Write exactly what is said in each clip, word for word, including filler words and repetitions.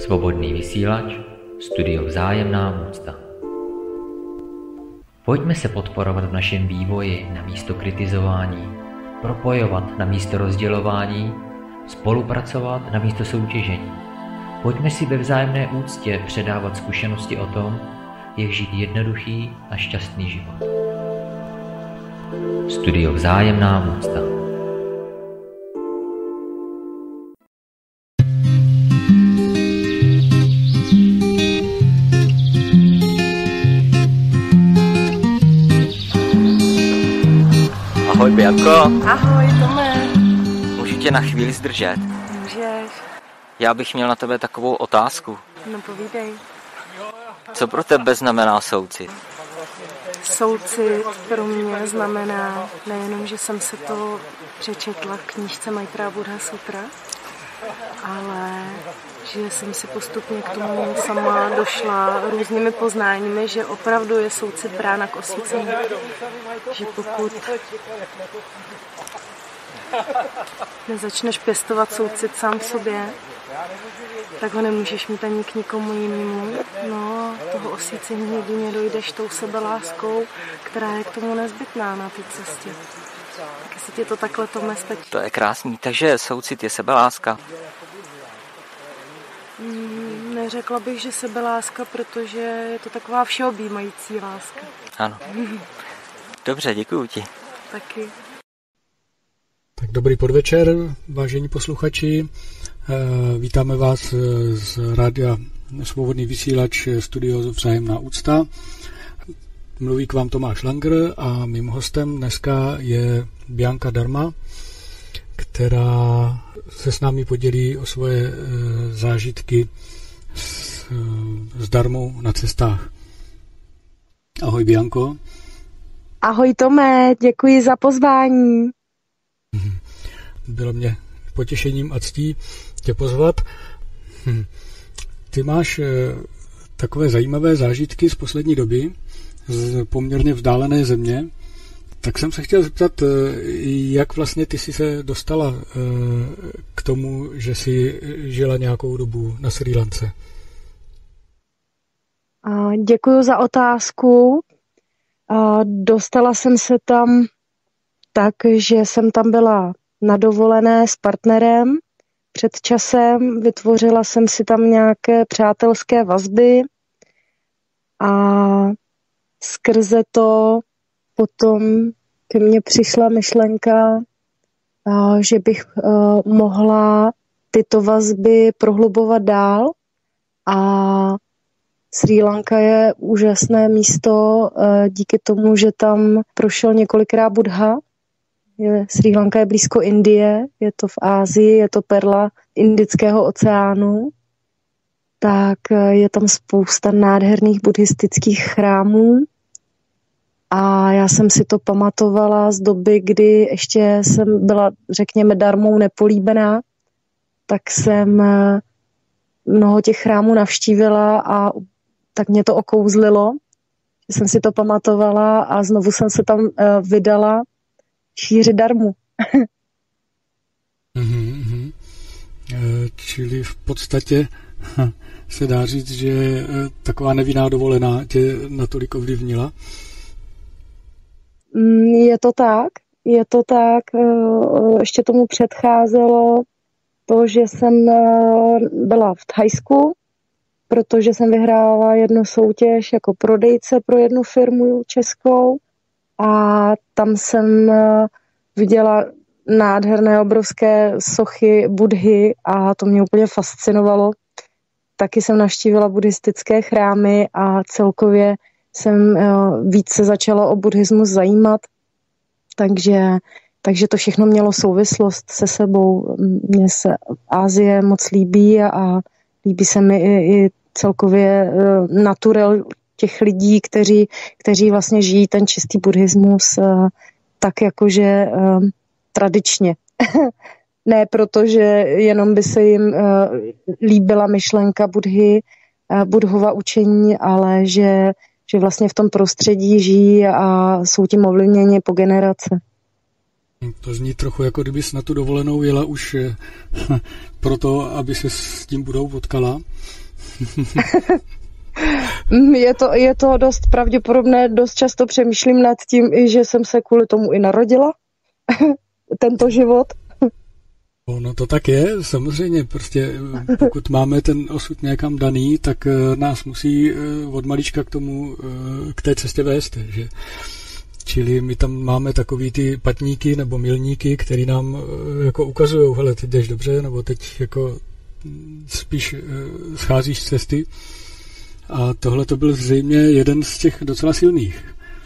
Svobodný vysílač, studio Vzájemná úcta. Pojďme se podporovat v našem vývoji na místo kritizování, propojovat na místo rozdělování, spolupracovat na místo soutěžení. Pojďme si ve vzájemné úctě předávat zkušenosti o tom, jak žít jednoduchý a šťastný život. Studio Vzájemná úcta. Ahoj, Bianko. Ahoj, Tome. Můžu tě na chvíli zdržet? Můžeš. Já bych měl na tebe takovou otázku. No povídej. Co pro tebe znamená soucit? Soucit pro mě znamená nejenom, že jsem se to přečetla v knížce Maitreya Buddha Sutra, ale že jsem si postupně k tomu sama došla různými poznáními, že opravdu je soucit brána k osvícení. Že pokud nezačneš pěstovat soucit sám v sobě, tak ho nemůžeš mít ani k nikomu jinému. No, toho osvícení jedině dojdeš tou sebeláskou, která je k tomu nezbytná na té cestě. Tak jestli ti to takhle, Tome, stačí. To je krásný, takže soucit je sebeláska. Mm, neřekla bych, že sebeláska, protože je to taková všeobjímající láska. Ano. Dobře, děkuju ti. Taky. Tak dobrý podvečer, vážení posluchači. Vítáme vás z rádia Svobodný vysílač, studio Vzájemná úcta. Mluví k vám Tomáš Langer a mým hostem dneska je Bianca Dharma, která se s námi podělí o svoje zážitky s, s dharmou na cestách. Ahoj, Bianco. Ahoj, Tome, děkuji za pozvání. Bylo mě potěšením a ctí tě pozvat. Ty máš takové zajímavé zážitky z poslední doby, z poměrně vzdálené země. Tak jsem se chtěl zeptat, jak vlastně ty jsi se dostala k tomu, že jsi žila nějakou dobu na Srí Lance? Děkuji za otázku. Dostala jsem se tam tak, že jsem tam byla na dovolené s partnerem. Před časem vytvořila jsem si tam nějaké přátelské vazby a skrze to potom ke mně přišla myšlenka, že bych mohla tyto vazby prohlubovat dál a Srí Lanka je úžasné místo díky tomu, že tam prošel několikrát Buddha. Srí Lanka je blízko Indie, je to v Asii, je to perla Indického oceánu. Tak je tam spousta nádherných buddhistických chrámů. A já jsem si to pamatovala z doby, kdy ještě jsem byla, řekněme, dharmou nepolíbená. Tak jsem mnoho těch chrámů navštívila a tak mě to okouzlilo. Že jsem si to pamatovala a znovu jsem se tam vydala šířit dharmu. mm-hmm. Čili v podstatě se dá říct, že taková nevinná dovolená tě natolik ovlivnila? Je to tak, je to tak. Ještě tomu předcházelo to, že jsem byla v Thajsku, protože jsem vyhrála jednu soutěž jako prodejce pro jednu firmu českou a tam jsem viděla nádherné obrovské sochy Buddhy a to mě úplně fascinovalo. Taky jsem navštívila buddhistické chrámy a celkově jsem více začala o buddhismus zajímat, takže, takže to všechno mělo souvislost se sebou. Mně se Asie moc líbí a líbí se mi i, i celkově naturel těch lidí, kteří, kteří vlastně žijí ten čistý buddhismus tak jakože tradičně. Ne proto, že jenom by se jim líbila myšlenka Buddhy, Buddhova učení, ale že že vlastně v tom prostředí žijí a jsou tím ovlivněni po generace. To zní trochu, jako kdybys na tu dovolenou jela už proto, aby se s tím budou potkala. je, to, je to dost pravděpodobné, dost často přemýšlím nad tím, že jsem se kvůli tomu i narodila. Tento život. No to tak je, samozřejmě, prostě pokud máme ten osud někam daný, tak nás musí od malička k tomu, k té cestě vést, že? Čili my tam máme takový ty patníky nebo milníky, který nám jako ukazují, hele, teď jdeš dobře, nebo teď jako spíš scházíš z cesty. A tohle to byl zřejmě jeden z těch docela silných.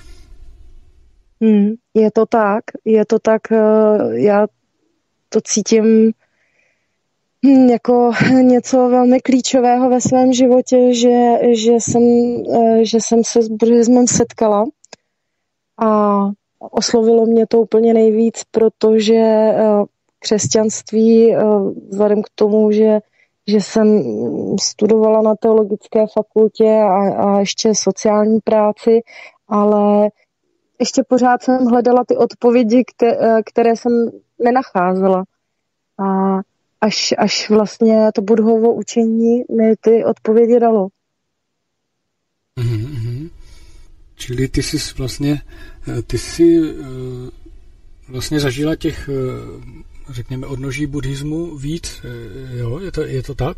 Hmm, je to tak, je to tak, já to cítím jako něco velmi klíčového ve svém životě, že, že, jsem, že jsem se s buddhismem setkala a oslovilo mě to úplně nejvíc, protože křesťanství, vzhledem k tomu, že, že jsem studovala na teologické fakultě a, a ještě sociální práci, ale ještě pořád jsem hledala ty odpovědi, které, které jsem nenacházela. A až, až vlastně to Buddhovo učení mi ty odpovědi dalo. Mm-hmm. Čili ty jsi vlastně, ty jsi vlastně zažila těch, řekněme, odnoží buddhismu víc, jo? Je to, je to tak?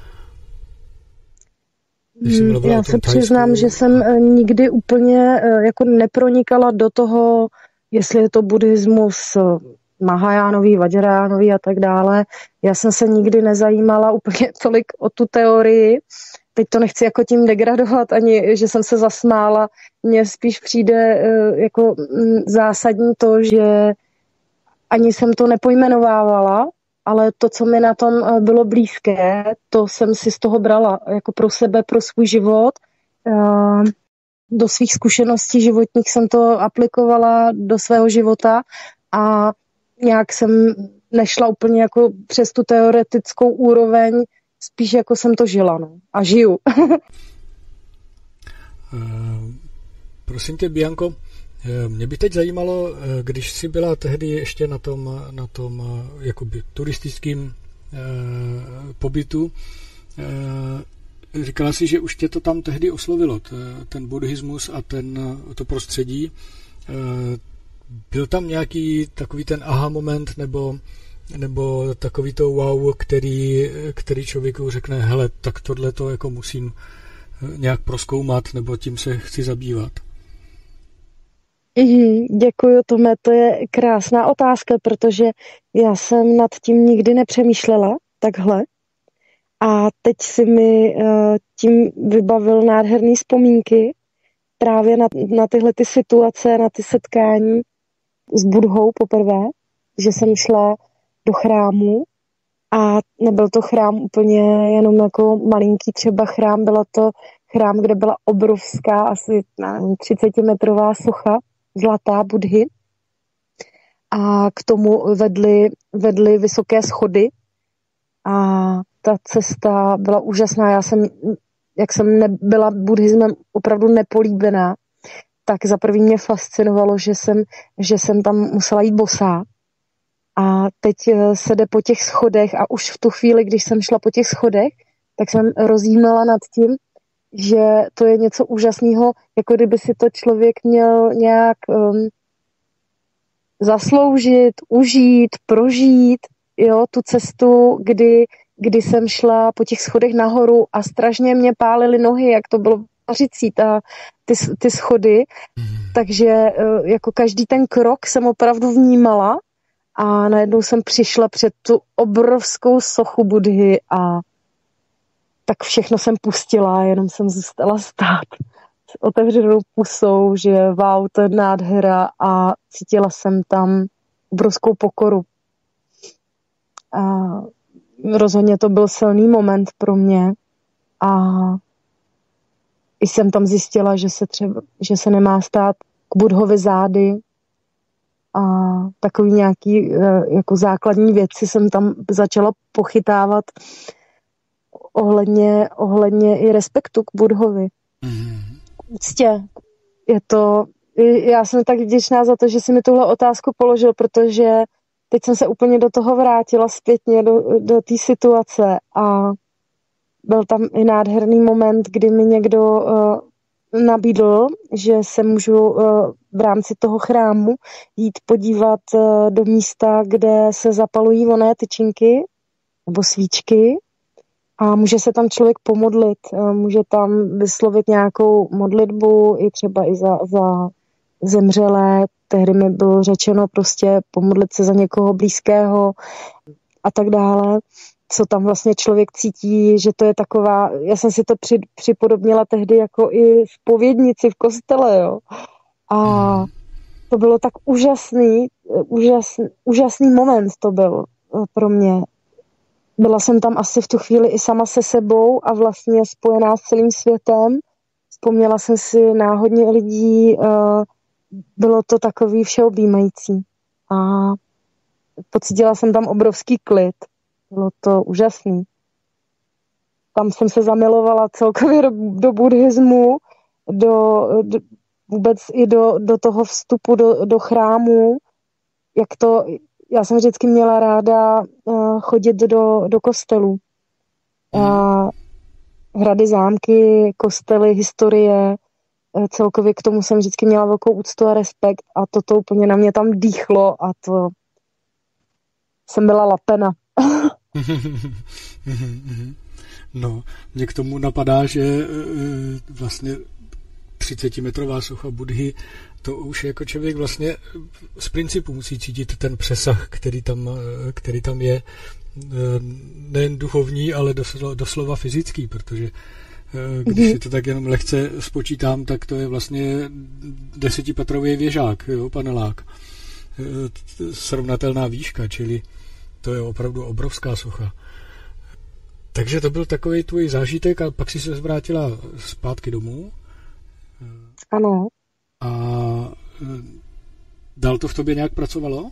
Já se přiznám, že jsem nikdy úplně jako nepronikala do toho, jestli je to buddhismus Mahajánový, Vajrajánový a tak dále. Já jsem se nikdy nezajímala úplně tolik o tu teorii. Teď to nechci jako tím degradovat, ani že jsem se zasmála. Mně spíš přijde jako zásadní to, že ani jsem to nepojmenovávala, ale to, co mi na tom bylo blízké, to jsem si z toho brala jako pro sebe, pro svůj život. Do svých zkušeností životních jsem to aplikovala do svého života a nějak jsem nešla úplně jako přes tu teoretickou úroveň, spíš jako jsem to žila, no. A žiju. uh, prosím tě, Bianko, mě by teď zajímalo, když jsi byla tehdy ještě na tom, na tom jakoby turistickém uh, pobytu, uh, říkala jsi, že už tě to tam tehdy oslovilo, t, ten buddhismus a ten, to prostředí. Uh, byl tam nějaký takový ten aha moment, nebo, nebo takový to wow, který, který člověku řekne, hele, tak tohle to jako musím nějak prozkoumat, nebo tím se chci zabývat? Mm, děkuju, Tome, to je krásná otázka, protože já jsem nad tím nikdy nepřemýšlela takhle. A teď si mi uh, tím vybavil nádherný vzpomínky právě na, na tyhle ty situace, na ty setkání s Buddhou poprvé, že jsem šla do chrámu a nebyl to chrám úplně jenom jako malinký třeba chrám, byla to chrám, kde byla obrovská, asi třicetimetrová socha, zlatá Buddhy a k tomu vedly, vedly vysoké schody a ta cesta byla úžasná. Já jsem, jak jsem nebyla buddhismem opravdu nepolíbená, tak za první mě fascinovalo, že jsem, že jsem tam musela jít bosá. A teď se jde po těch schodech a už v tu chvíli, když jsem šla po těch schodech, tak jsem rozjímala nad tím, že to je něco úžasného, jako kdyby si to člověk měl nějak um, zasloužit, užít, prožít, jo, tu cestu, kdy, kdy jsem šla po těch schodech nahoru a strašně mě pálily nohy, jak to bylo vařící, ta, ty, ty schody. Mm. Takže uh, jako každý ten krok jsem opravdu vnímala a najednou jsem přišla před tu obrovskou sochu Buddhy a tak všechno jsem pustila, jenom jsem zůstala stát s otevřenou pusou, že wow, to je nádhera a cítila jsem tam obrovskou pokoru. A rozhodně to byl silný moment pro mě a jsem tam zjistila, že se, třeba, že se nemá stát k Buddhovi zády a takový nějaký jako základní věci jsem tam začala pochytávat ohledně, ohledně i respektu k Buddhovi. Mm. Úctě. Je to, já jsem tak vděčná za to, že jsi mi tuhle otázku položil, protože teď jsem se úplně do toho vrátila zpětně, do, do té situace a byl tam i nádherný moment, kdy mi někdo uh, nabídl, že se můžu uh, v rámci toho chrámu jít podívat uh, do místa, kde se zapalují oné tyčinky nebo svíčky a může se tam člověk pomodlit, uh, může tam vyslovit nějakou modlitbu i třeba i za, za zemřelé. Tehdy mi bylo řečeno prostě pomodlit se za někoho blízkého a tak dále. Co tam vlastně člověk cítí, že to je taková, já jsem si to při, připodobnila tehdy jako i zpovědnici v kostele, jo. A to bylo tak úžasný, úžasný, úžasný moment to byl pro mě. Byla jsem tam asi v tu chvíli i sama se sebou a vlastně spojená s celým světem. Vzpomněla jsem si na hodně lidí, bylo to takový všeobjímající. A pocítila jsem tam obrovský klid. Bylo to úžasný. Tam jsem se zamilovala celkově do, do buddhismu, do, do, vůbec i do, do toho vstupu do, do chrámu. Jak to, já jsem vždycky měla ráda uh, chodit do, do kostelů. Uh, hrady, zámky, kostely, historie. Uh, celkově k tomu jsem vždycky měla velkou úctu a respekt a toto úplně na mě tam dýchlo a to jsem byla lapena. No, mě k tomu napadá, že vlastně třicetimetrová socha Buddhy, to už jako člověk vlastně z principu musí cítit ten přesah, který tam, který tam je, nejen duchovní, ale doslova, doslova fyzický, protože když si to tak jenom lehce spočítám, tak to je vlastně desetipatrový věžák, jo, panelák. Srovnatelná výška, čili to je opravdu obrovská socha. Takže to byl takový tvůj zážitek a pak si se vrátila zpátky domů. Ano. A dál to v tobě nějak pracovalo?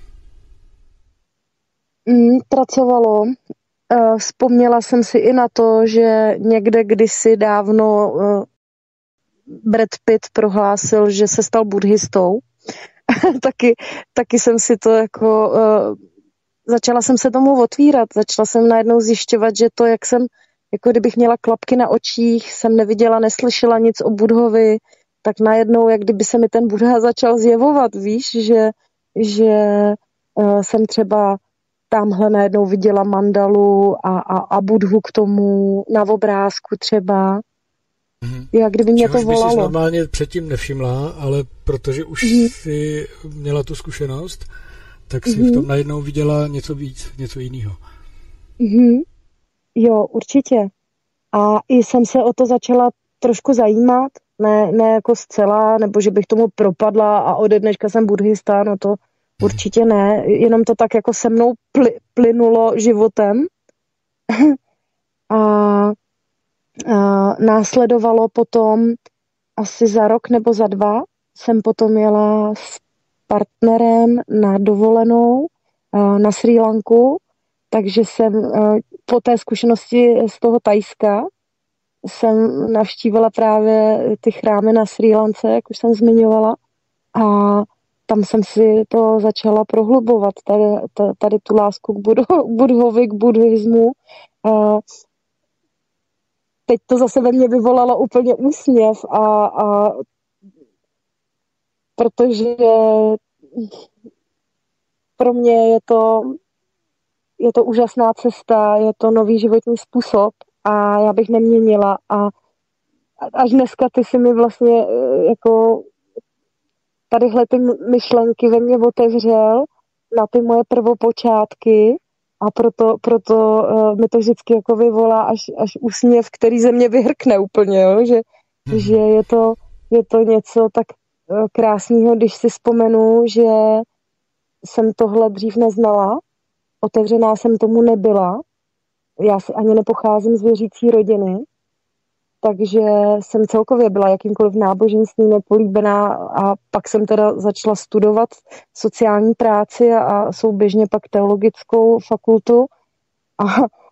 Mm, pracovalo. Vzpomněla jsem si i na to, že někde kdysi dávno Brad Pitt prohlásil, že se stal buddhistou. taky, taky jsem si to jako... Začala jsem se tomu otvírat, začala jsem najednou zjišťovat, že to, jak jsem, jako kdybych měla klapky na očích, jsem neviděla, neslyšela nic o Buddhovi, tak najednou, jak kdyby se mi ten Buddha začal zjevovat, víš, že, že uh, jsem třeba tamhle najednou viděla mandalu a, a, a Buddhu k tomu na obrázku třeba. Mm-hmm. Jak kdyby mě Čehož to volalo. Čehož by si normálně předtím nevšimla, ale protože už mm-hmm. jsi měla tu zkušenost, tak si mm-hmm. v tom najednou viděla něco víc, něco jiného. Mm-hmm. Jo, určitě. A i jsem se o to začala trošku zajímat, ne, ne jako zcela, nebo že bych tomu propadla a ode dneška jsem buddhista, no to mm-hmm. určitě ne, jenom to tak jako se mnou pl, plynulo životem. a, a následovalo potom asi za rok nebo za dva jsem potom jela s partnerem na dovolenou na Srí Lanku, takže jsem po té zkušenosti z toho Thajska jsem navštívila právě ty chrámy na Srí Lance, jak už jsem zmiňovala, a tam jsem si to začala prohlubovat, tady, tady tu lásku k Buddhovi, k buddhismu. Teď to zase ve mně vyvolalo úplně úsměv a, a protože pro mě je to, je to úžasná cesta, je to nový životní způsob a já bych neměnila. A až dneska ty si mi vlastně jako tadyhle ty myšlenky ve mně otevřel na ty moje prvopočátky a proto, proto mi to vždycky jako vyvolá až, až úsměv, který ze mě vyhrkne úplně, jo? Že, mm. že je, to, je to něco tak krásného, když si vzpomenu, že jsem tohle dřív neznala, otevřená jsem tomu nebyla, já si ani nepocházím z věřící rodiny, takže jsem celkově byla jakýmkoliv náboženstvím nepolíbená a pak jsem teda začala studovat sociální práci a souběžně pak teologickou fakultu a,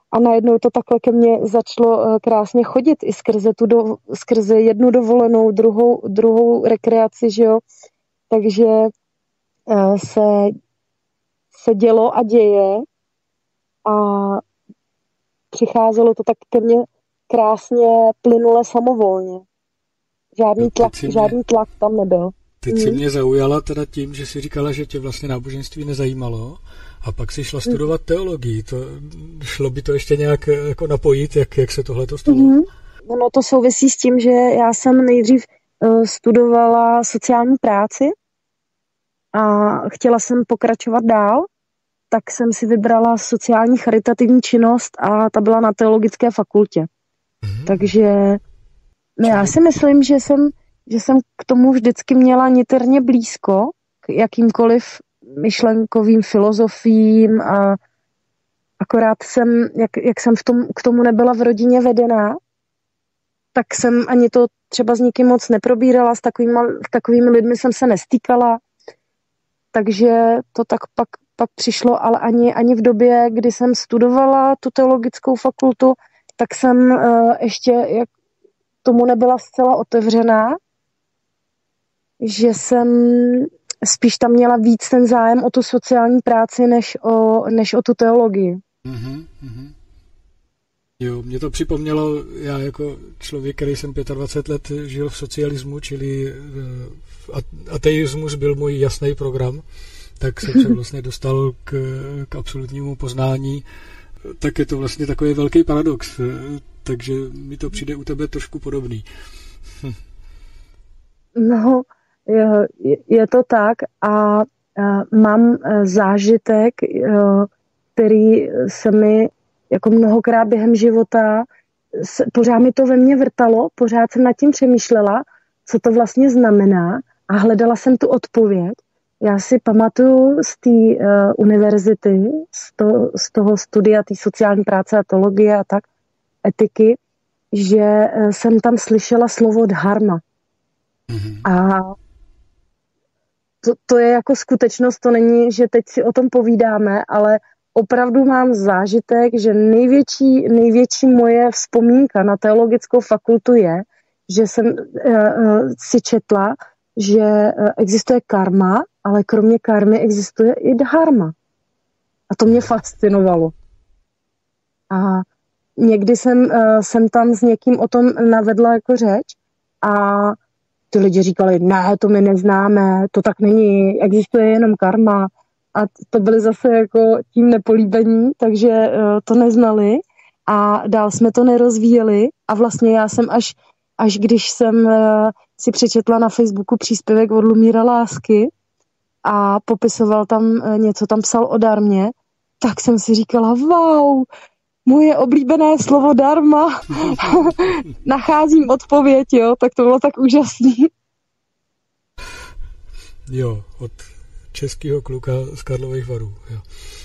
a najednou to takhle ke mně začalo krásně chodit i skrze, tu do, skrze jednu dovolenou, druhou, druhou rekreaci, že jo. Takže se, se dělo a děje a přicházelo to tak ke mně krásně, plynule, samovolně. Žádný tlak, mě, žádný tlak tam nebyl. Teď hmm. si mě zaujala teda tím, že jsi říkala, že tě vlastně náboženství nezajímalo a pak si šla studovat teologii. To, šlo by to ještě nějak jako napojit, jak, jak se tohle to stalo? Hmm. No to souvisí s tím, že já jsem nejdřív uh, studovala sociální práci a chtěla jsem pokračovat dál, tak jsem si vybrala sociální charitativní činnost a ta byla na teologické fakultě. Hmm. Takže no já si myslím, že jsem, že jsem k tomu vždycky měla niterně blízko, k jakýmkoliv myšlenkovým filozofiím a akorát jsem, jak, jak jsem v tom, k tomu nebyla v rodině vedená, tak jsem ani to třeba s nikým moc neprobírala, s takovými, takovými lidmi jsem se nestýkala, takže to tak pak, pak přišlo, ale ani, ani v době, kdy jsem studovala tu teologickou fakultu, tak jsem uh, ještě jak tomu nebyla zcela otevřená, že jsem spíš tam měla víc ten zájem o tu sociální práci, než o, než o tu teologii. Mm-hmm, mm-hmm. Jo, mě to připomnělo, já jako člověk, který jsem dvacet pět let žil v socialismu, čili ateismus byl můj jasný program, tak jsem se vlastně dostal k, k absolutnímu poznání, tak je to vlastně takový velký paradox, takže mi to přijde u tebe trošku podobný. No, je, je to tak a, a mám zážitek, který se mi jako mnohokrát během života, pořád mi to ve mně vrtalo, pořád jsem nad tím přemýšlela, co to vlastně znamená a hledala jsem tu odpověď. Já si pamatuju z té uh, univerzity, z, to, z toho studia té sociální práce a teologie a tak, etiky, že uh, jsem tam slyšela slovo dharma. Mm-hmm. A to, to je jako skutečnost, to není, že teď si o tom povídáme, ale opravdu mám zážitek, že největší, největší moje vzpomínka na teologickou fakultu je, že jsem uh, uh, si četla, že uh, existuje karma, ale kromě karmy existuje i dharma. A to mě fascinovalo. A někdy jsem, uh, jsem tam s někým o tom navedla jako řeč a ty lidi říkali, ne, to my neznáme, to tak není, existuje jenom karma. A to byli zase jako tím nepolíbení, takže uh, to neznali a dál jsme to nerozvíjeli a vlastně já jsem až, až když jsem uh, si přečetla na Facebooku příspěvek od Lumíra Lásky a popisoval tam uh, něco, tam psal o darmě, tak jsem si říkala, wow, moje oblíbené slovo dharma, nacházím odpověď, jo, tak to bylo tak úžasný. Jo, od českého kluka z Karlových Varů. Jo.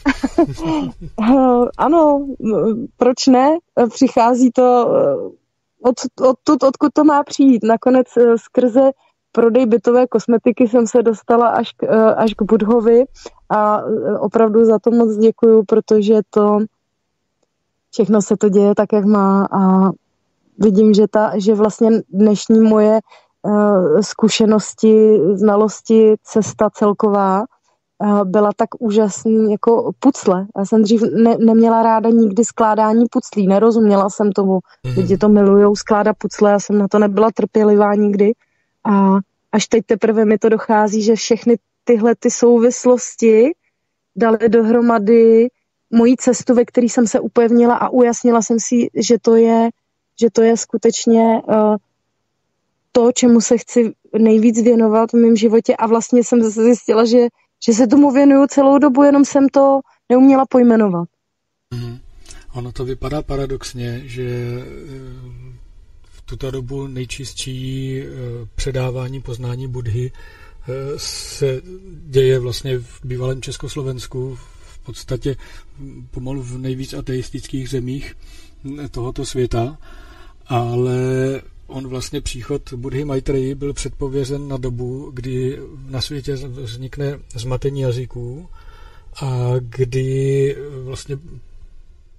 Ano, proč ne? Přichází to od, odtud, odkud to má přijít. Nakonec skrze prodej bytové kosmetiky jsem se dostala až k, až k Budhovi a opravdu za to moc děkuju, protože to všechno se to děje tak, jak má a vidím, že, ta, že vlastně dnešní moje zkušenosti, znalosti, cesta celková byla tak úžasný jako pucle. Já jsem dřív ne, neměla ráda nikdy skládání puclí, nerozuměla jsem tomu. Mm-hmm. Lidi to milujou, skládat pucle, já jsem na to nebyla trpělivá nikdy. A až teď teprve mi to dochází, že všechny tyhle ty souvislosti daly dohromady moji cestu, ve které jsem se upevnila a ujasnila jsem si, že to je, že to je skutečně uh, to, čemu se chci nejvíc věnovat v mém životě a vlastně jsem zase zjistila, že, že se tomu věnuju celou dobu, jenom jsem to neuměla pojmenovat. Mm. Ono to vypadá paradoxně, že v tuto dobu nejčistší předávání poznání Buddhy se děje vlastně v bývalém Československu, v podstatě pomalu v nejvíc ateistických zemích tohoto světa, ale on vlastně příchod Buddhy Maitreyi byl předpovězen na dobu, kdy na světě vznikne zmatení jazyků a kdy vlastně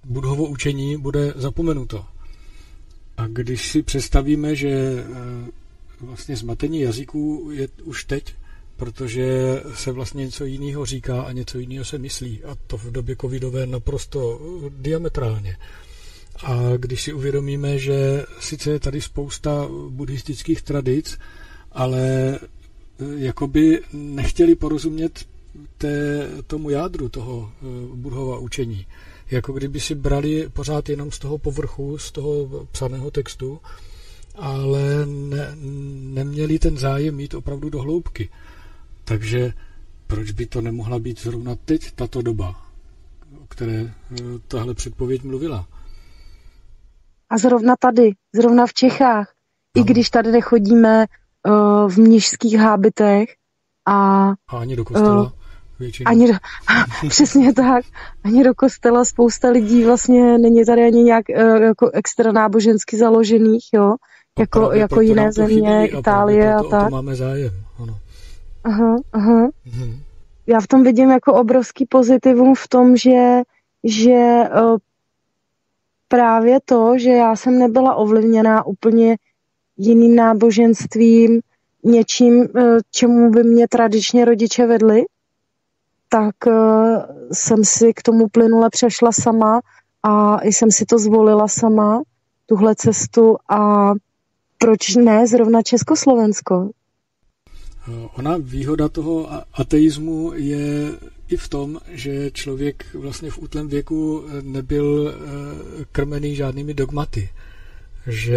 Buddhovo učení bude zapomenuto. A když si představíme, že vlastně zmatení jazyků je už teď, protože se vlastně něco jiného říká a něco jiného se myslí. A to v době covidové naprosto diametrálně. A když si uvědomíme, že sice je tady spousta buddhistických tradic, ale jakoby nechtěli porozumět té, tomu jádru toho Buddhova učení. Jako kdyby si brali pořád jenom z toho povrchu, z toho psaného textu, ale ne, neměli ten zájem mít opravdu do hloubky. Takže proč by to nemohla být zrovna teď tato doba, o které tahle předpověď mluvila? A zrovna tady, zrovna v Čechách, ano. I když tady nechodíme uh, v mnišských hábitech a... A ani do kostela uh, většinou. Ani do, přesně tak. Ani do kostela spousta lidí vlastně není tady ani nějak uh, jako extra nábožensky založených, jo? Jako, právě jako jiné země, Itálie a, a tak. O to máme zájem, ano. Aha, aha. Mhm. Já v tom vidím jako obrovský pozitivum v tom, že, že uh, právě to, že já jsem nebyla ovlivněná úplně jiným náboženstvím, něčím, čemu by mě tradičně rodiče vedli, tak jsem si k tomu plynule přešla sama a jsem si to zvolila sama, tuhle cestu, a proč ne zrovna Československo? Ona výhoda toho ateismu je i v tom, že člověk vlastně v útlém věku nebyl krmený žádnými dogmaty. Že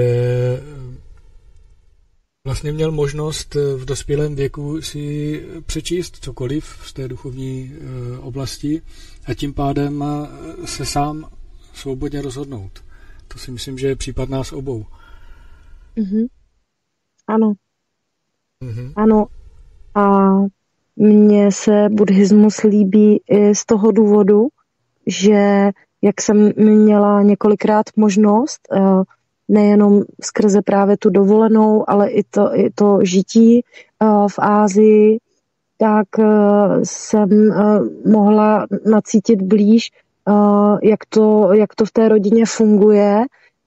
vlastně měl možnost v dospělém věku si přečíst cokoliv z té duchovní oblasti a tím pádem se sám svobodně rozhodnout. To si myslím, že je případ nás obou. Mm-hmm. Ano. Mm-hmm. Ano. A mně se buddhismus líbí i z toho důvodu, že jak jsem měla několikrát možnost, nejenom skrze právě tu dovolenou, ale i to, i to žití v Ásii, tak jsem mohla nacítit blíž, jak to, jak to v té rodině funguje,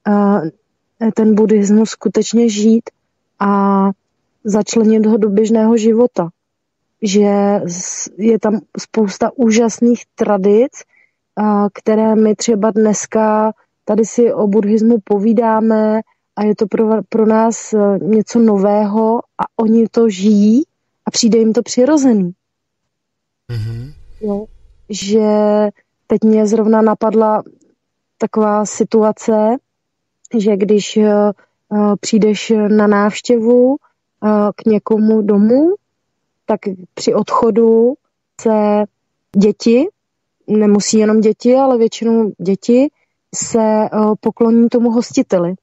ten buddhismus skutečně žít a začlenit ho do běžného života. Že je tam spousta úžasných tradic, které my třeba dneska tady si o buddhismu povídáme a je to pro, pro nás něco nového a oni to žijí a přijde jim to přirozený. Mm-hmm. Jo, že teď mě zrovna napadla taková situace, že když uh, přijdeš na návštěvu uh, k někomu domů, tak při odchodu se děti, nemusí jenom děti, ale většinou děti, se uh, pokloní tomu hostiteli.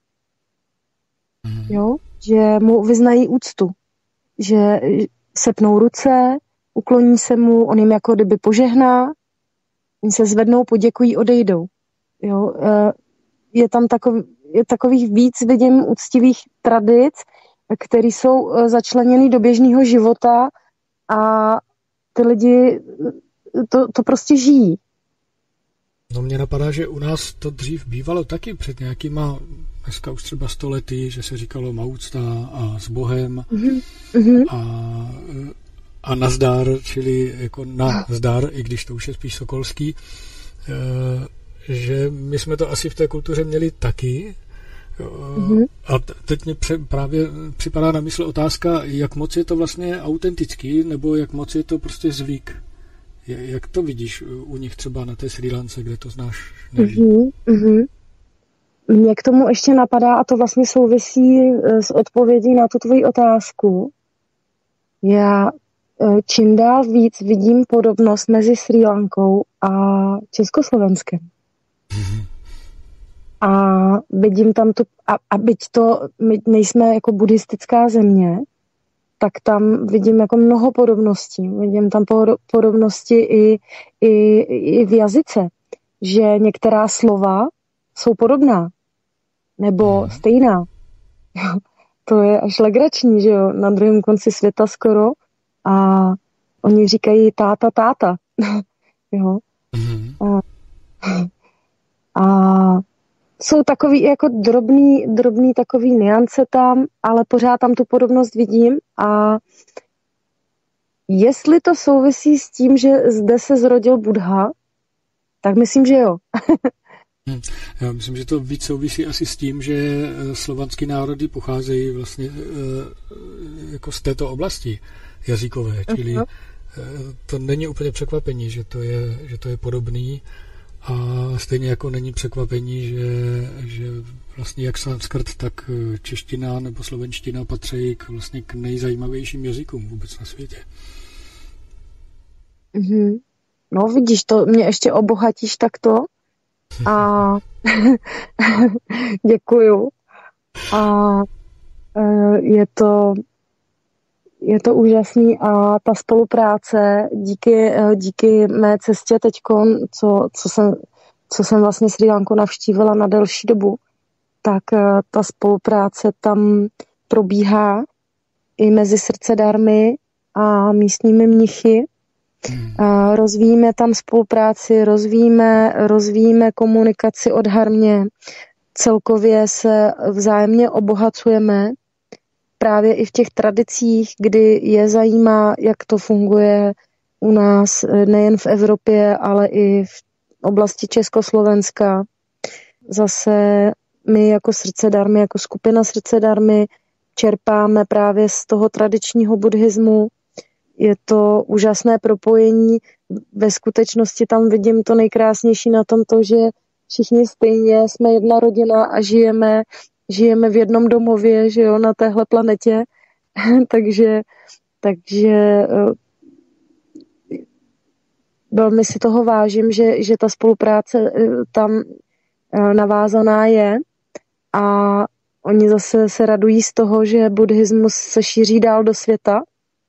Mm. Jo? Že mu vyznají úctu. Že sepnou ruce, ukloní se mu, on jim jako kdyby požehná, oni se zvednou, poděkují, odejdou. Jo? Uh, je tam takový, je takových víc, vidím, úctivých tradic, které jsou uh, začleněny do běžného života a ty lidi to, to prostě žijí. No mně napadá, že u nás to dřív bývalo taky před nějakýma, dneska už třeba stolety, že se říkalo maucta a s Bohem mm-hmm. a, a nazdar, čili jako nazdar, i když to už je spíš sokolský, že my jsme to asi v té kultuře měli taky. Mm-hmm. A teď mi právě připadá na mysl otázka, jak moc je to vlastně autentický, nebo jak moc je to prostě zvyk. Jak to vidíš u nich třeba na té Srí Lance, kde to znáš nejvíc? Uh-huh, uh-huh. Mně k tomu ještě napadá, a to vlastně souvisí s odpovědí na tu tvoji otázku. Já čím dál víc vidím podobnost mezi Srí Lankou a Československem. Uh-huh. A vidím tam to, a, a byť to, my nejsme jako buddhistická země, tak tam vidím jako mnoho podobností. Vidím tam podobnosti i, i, i v jazyce, že některá slova jsou podobná nebo hmm. stejná. To je až legrační, že jo, na druhém konci světa skoro a oni říkají táta, táta. Jo. Hmm. A, A jsou takový jako drobný, drobný takový nuance tam, ale pořád tam tu podobnost vidím a jestli to souvisí s tím, že zde se zrodil Buddha, tak myslím, že jo. Hmm. Já myslím, že to víc souvisí asi s tím, že slovanský národy pocházejí vlastně jako z této oblasti jazykové, čili uh-huh. to není úplně překvapení, že to je, že to je podobný a stejně jako není překvapení, že, že vlastně jak sanskrt, tak čeština nebo slovenština patří k, vlastně k nejzajímavějším jazykům vůbec na světě. Uh-huh. No vidíš, to mě ještě obohatíš takto. A děkuju. A je to, je to úžasný a ta spolupráce díky, díky mé cestě teďkon, co, co, jsem, co jsem vlastně Srí Lanku navštívila na delší dobu, tak ta spolupráce tam probíhá i mezi srdcedarmy a místními mnichy. Hmm. Rozvíjíme tam spolupráci, rozvíjíme, rozvíjíme komunikaci odharmě, celkově se vzájemně obohacujeme právě i v těch tradicích, kdy je zajímá, jak to funguje u nás, nejen v Evropě, ale i v oblasti Československa. Zase my jako srdcedarmy, jako skupina srdcedarmy čerpáme právě z toho tradičního buddhismu. Je to úžasné propojení. Ve skutečnosti tam vidím to nejkrásnější na tom to, že všichni stejně jsme jedna rodina a žijeme, žijeme v jednom domově, že jo, na téhle planetě. takže, takže velmi si toho vážím, že, že ta spolupráce tam navázaná je a oni zase se radují z toho, že buddhismus se šíří dál do světa.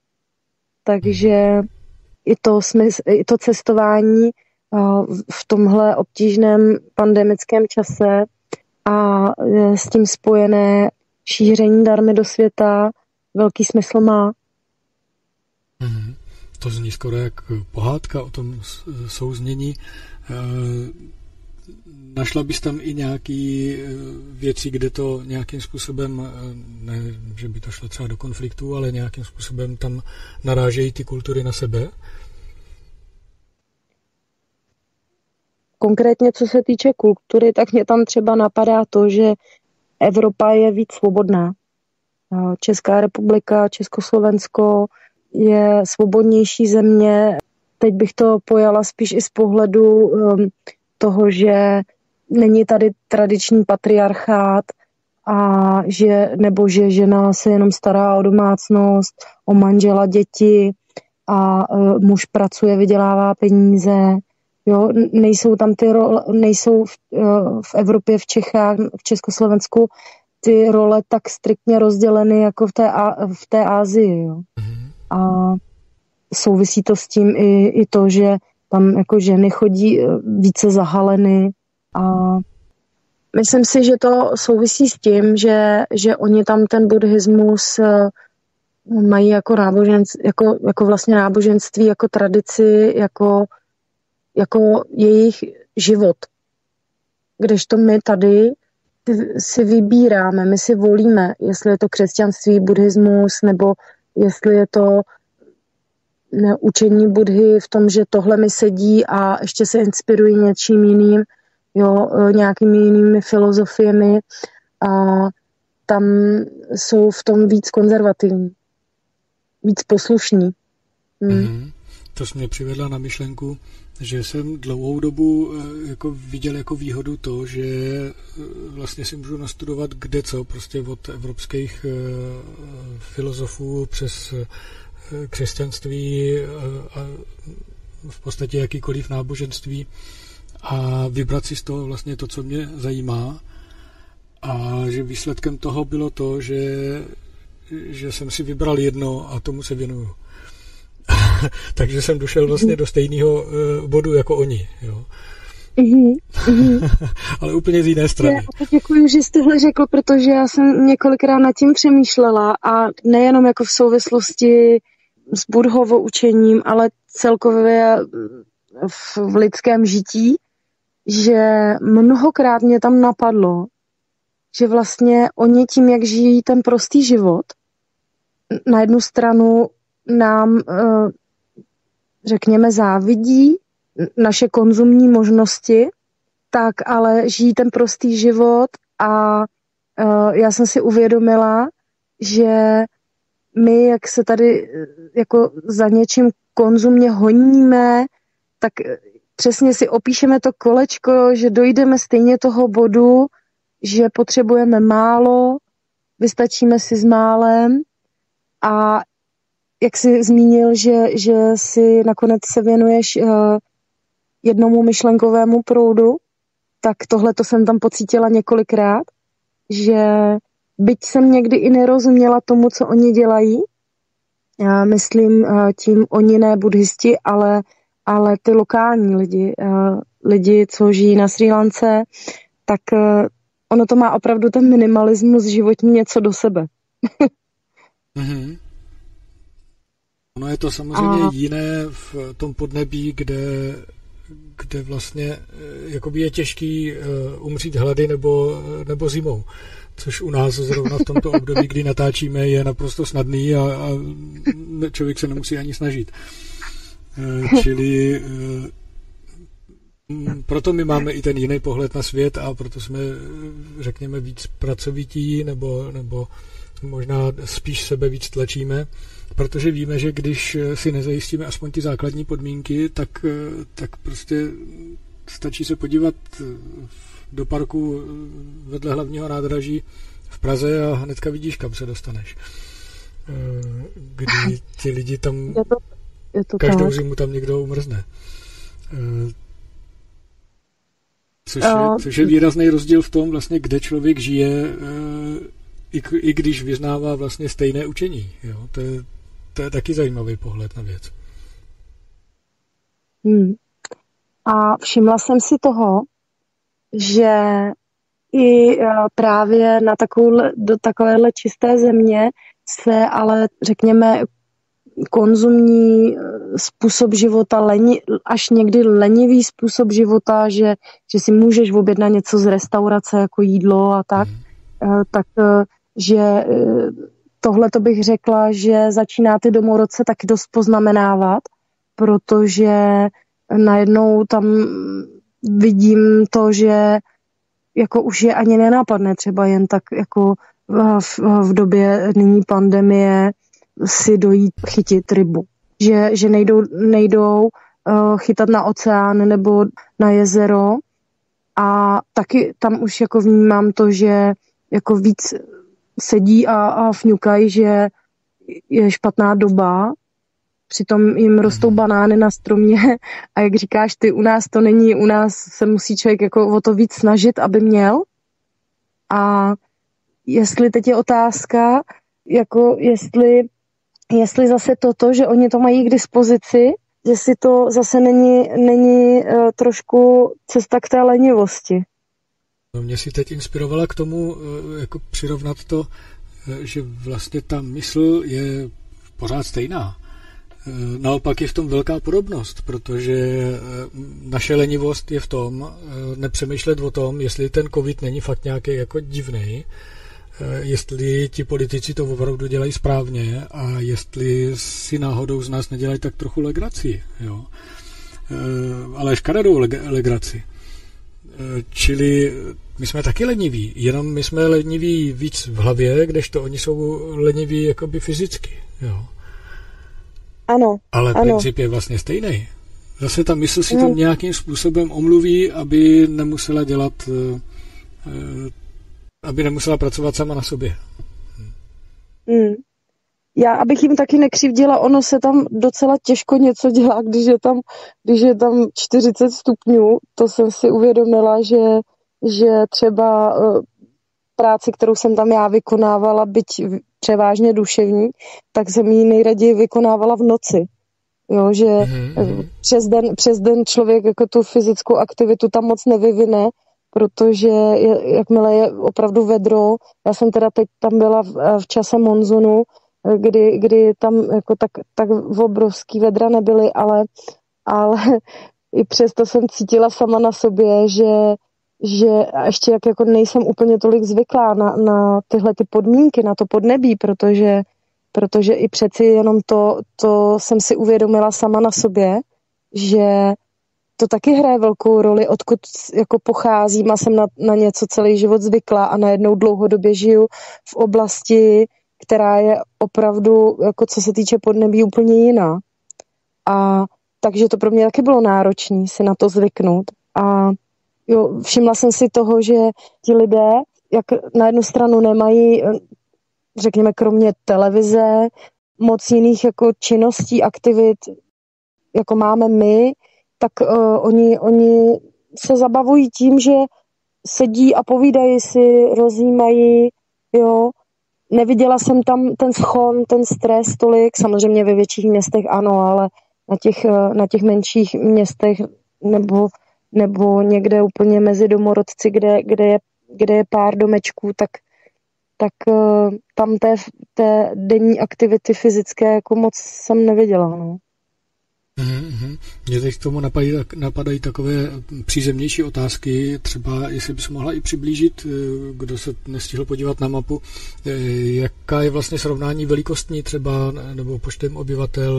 Takže i to, smysl, i to cestování v tomhle obtížném pandemickém čase a s tím spojené šíření darmy do světa velký smysl má. Mm, to zní skoro jak pohádka o tom souznění. Našla bys tam i nějaké věci, kde to nějakým způsobem, ne, že by to šlo třeba do konfliktu, ale nějakým způsobem tam narážejí ty kultury na sebe? Konkrétně co se týče kultury, tak mě tam třeba napadá to, že Evropa je víc svobodná. Česká republika, Československo je svobodnější země. Teď bych to pojala spíš i z pohledu toho, že není tady tradiční patriarchát a že, nebo že žena se jenom stará o domácnost, o manžela, děti a uh, muž pracuje, vydělává peníze. Jo, nejsou tam ty role, nejsou v, uh, v Evropě, v Čechách, v Československu ty role tak striktně rozděleny jako v té, v té Asii. Jo. A souvisí to s tím i, i to, že tam jako ženy chodí více zahaleny a myslím si, že to souvisí s tím, že, že oni tam ten buddhismus mají jako náboženství, jako, jako vlastně náboženství, jako tradici, jako, jako jejich život. Kdežto my tady si vybíráme, my si volíme, jestli je to křesťanství, buddhismus, nebo jestli je to učení Buddhy v tom, že tohle mi sedí a ještě se inspirují něčím jiným, jo, nějakými jinými filozofiemi a tam jsou v tom víc konzervativní, víc poslušní. Hmm. Mm-hmm. To jsi mě přivedla na myšlenku, že jsem dlouhou dobu jako viděl jako výhodu to, že vlastně si můžu nastudovat kde co, prostě od evropských filozofů přes křesťanství a v podstatě jakýkoliv náboženství a vybrat si z toho vlastně to, co mě zajímá a že výsledkem toho bylo to, že, že jsem si vybral jedno a tomu se věnuju. Takže jsem došel vlastně do stejného bodu jako oni. Jo. Uhum, uhum. Ale úplně z jiné strany. Já děkuji, že jsi tohle řekl, protože já jsem několikrát nad tím přemýšlela a nejenom jako v souvislosti s Buddhovou učením, ale celkově v, v lidském žití, že mnohokrát mě tam napadlo, že vlastně oni tím, jak žijí ten prostý život, na jednu stranu nám, řekněme, závidí naše konzumní možnosti, tak ale žijí ten prostý život a já jsem si uvědomila, že my, jak se tady jako za něčím konzumně honíme, tak přesně si opíšeme to kolečko, že dojdeme stejně toho bodu, že potřebujeme málo, vystačíme si s málem a jak jsi zmínil, že, že si nakonec se věnuješ uh, jednomu myšlenkovému proudu, tak tohle to jsem tam pocítila několikrát, že byť jsem někdy i nerozuměla tomu, co oni dělají, já myslím uh, tím oni ne buddhisti, ale, ale ty lokální lidi, uh, lidi, co žijí na Srí Lance, tak uh, ono to má opravdu ten minimalismus životní něco do sebe. Mm-hmm. Ono je to samozřejmě A... jiné v tom podnebí, kde, kde vlastně jakoby je těžký uh, umřít hlady nebo, nebo zimou. Což u nás zrovna v tomto období, kdy natáčíme, je naprosto snadný a, a člověk se nemusí ani snažit. Uh, čili uh, proto my máme i ten jiný pohled na svět a proto jsme, řekněme, víc pracovití nebo, nebo možná spíš sebe víc tlačíme, protože víme, že když si nezajistíme aspoň ty základní podmínky, tak, tak prostě stačí se podívat do parku vedle hlavního nádraží v Praze a hnedka vidíš, kam se dostaneš. Kdy ti lidi tam je to, je to každou tak. zimu tam někdo umrzne. Což je, což je výrazný rozdíl v tom, vlastně, kde člověk žije, i, i když vyznává vlastně stejné učení. Jo? To, je, to je taky zajímavý pohled na věc. Hmm. A všimla jsem si toho, že i právě na takovouhle, do takovéhle čisté země se ale, řekněme, konzumní způsob života, leni, až někdy lenivý způsob života, že, že si můžeš objednat něco z restaurace jako jídlo a tak, mm. tak že tohle to bych řekla, že začíná ty domorodce taky dost poznamenávat, protože najednou tam vidím to, že jako už je ani nenápadne třeba jen tak jako v, v době nyní pandemie si dojít chytit rybu. Že, že nejdou, nejdou uh, chytat na oceán nebo na jezero a taky tam už jako vnímám to, že jako víc sedí a, a fňukají, že je špatná doba, přitom jim rostou banány na stromě a jak říkáš ty, u nás to není, u nás se musí člověk jako o to víc snažit, aby měl. A jestli teď je otázka, jako jestli Jestli zase toto, že oni to mají k dispozici, jestli to zase není, není uh, trošku cesta k té lenivosti. No, mě si teď inspirovala k tomu, uh, jako přirovnat to, uh, že vlastně ta mysl je pořád stejná. Uh, naopak je v tom velká podobnost, protože uh, naše lenivost je v tom uh, nepřemýšlet o tom, jestli ten covid není fakt nějaký jako divnej, jestli ti politici to opravdu dělají správně a jestli si náhodou z nás nedělají tak trochu legraci, jo. Ale škaredou legraci. Čili my jsme taky leniví, jenom my jsme leniví víc v hlavě, kdežto oni jsou leniví jakoby fyzicky, jo. Ano. Ale ano. Princip je vlastně stejný. Zase ta mysl si to nějakým způsobem omluví, aby nemusela dělat aby nemusela pracovat sama na sobě. Hmm. Já, abych jim taky nekřivdila, ono se tam docela těžko něco dělá, když je tam, když je tam čtyřicet stupňů. To jsem si uvědomila, že, že třeba uh, práci, kterou jsem tam já vykonávala, byť převážně duševní, tak jsem ji nejraději vykonávala v noci. Jo, že mm-hmm. přes den, přes den člověk jako tu fyzickou aktivitu tam moc nevyvine, protože je, jakmile je opravdu vedro, já jsem teda teď tam byla v, v čase monzunu, kdy, kdy tam jako tak, tak obrovský vedra nebyly, ale, ale i přesto jsem cítila sama na sobě, že, že a ještě jak jako nejsem úplně tolik zvyklá na, na tyhle ty podmínky, na to podnebí, protože, protože i přeci jenom to, to jsem si uvědomila sama na sobě, že to taky hraje velkou roli, odkud jako pocházím a jsem na, na něco celý život zvyklá a najednou dlouhodobě žiju v oblasti, která je opravdu, jako co se týče podnebí, úplně jiná. A takže to pro mě taky bylo náročné si na to zvyknout. A jo, všimla jsem si toho, že ti lidé, jak na jednu stranu nemají, řekněme, kromě televize, moc jiných jako činností, aktivit, jako máme my, tak uh, oni, oni se zabavují tím, že sedí a povídají si, rozjímají, jo. Neviděla jsem tam ten schon, ten stres tolik, samozřejmě ve větších městech ano, ale na těch, na těch menších městech nebo, nebo někde úplně mezi domorodci, kde, kde, je, kde je pár domečků, tak, tak uh, tam té, té denní aktivity fyzické jako moc jsem neviděla, no. Mm-hmm. Mě teď k tomu napadají, napadají takové přízemnější otázky, třeba jestli bys mohla i přiblížit, kdo se nestihl podívat na mapu, jaká je vlastně srovnání velikostní třeba nebo počtem obyvatel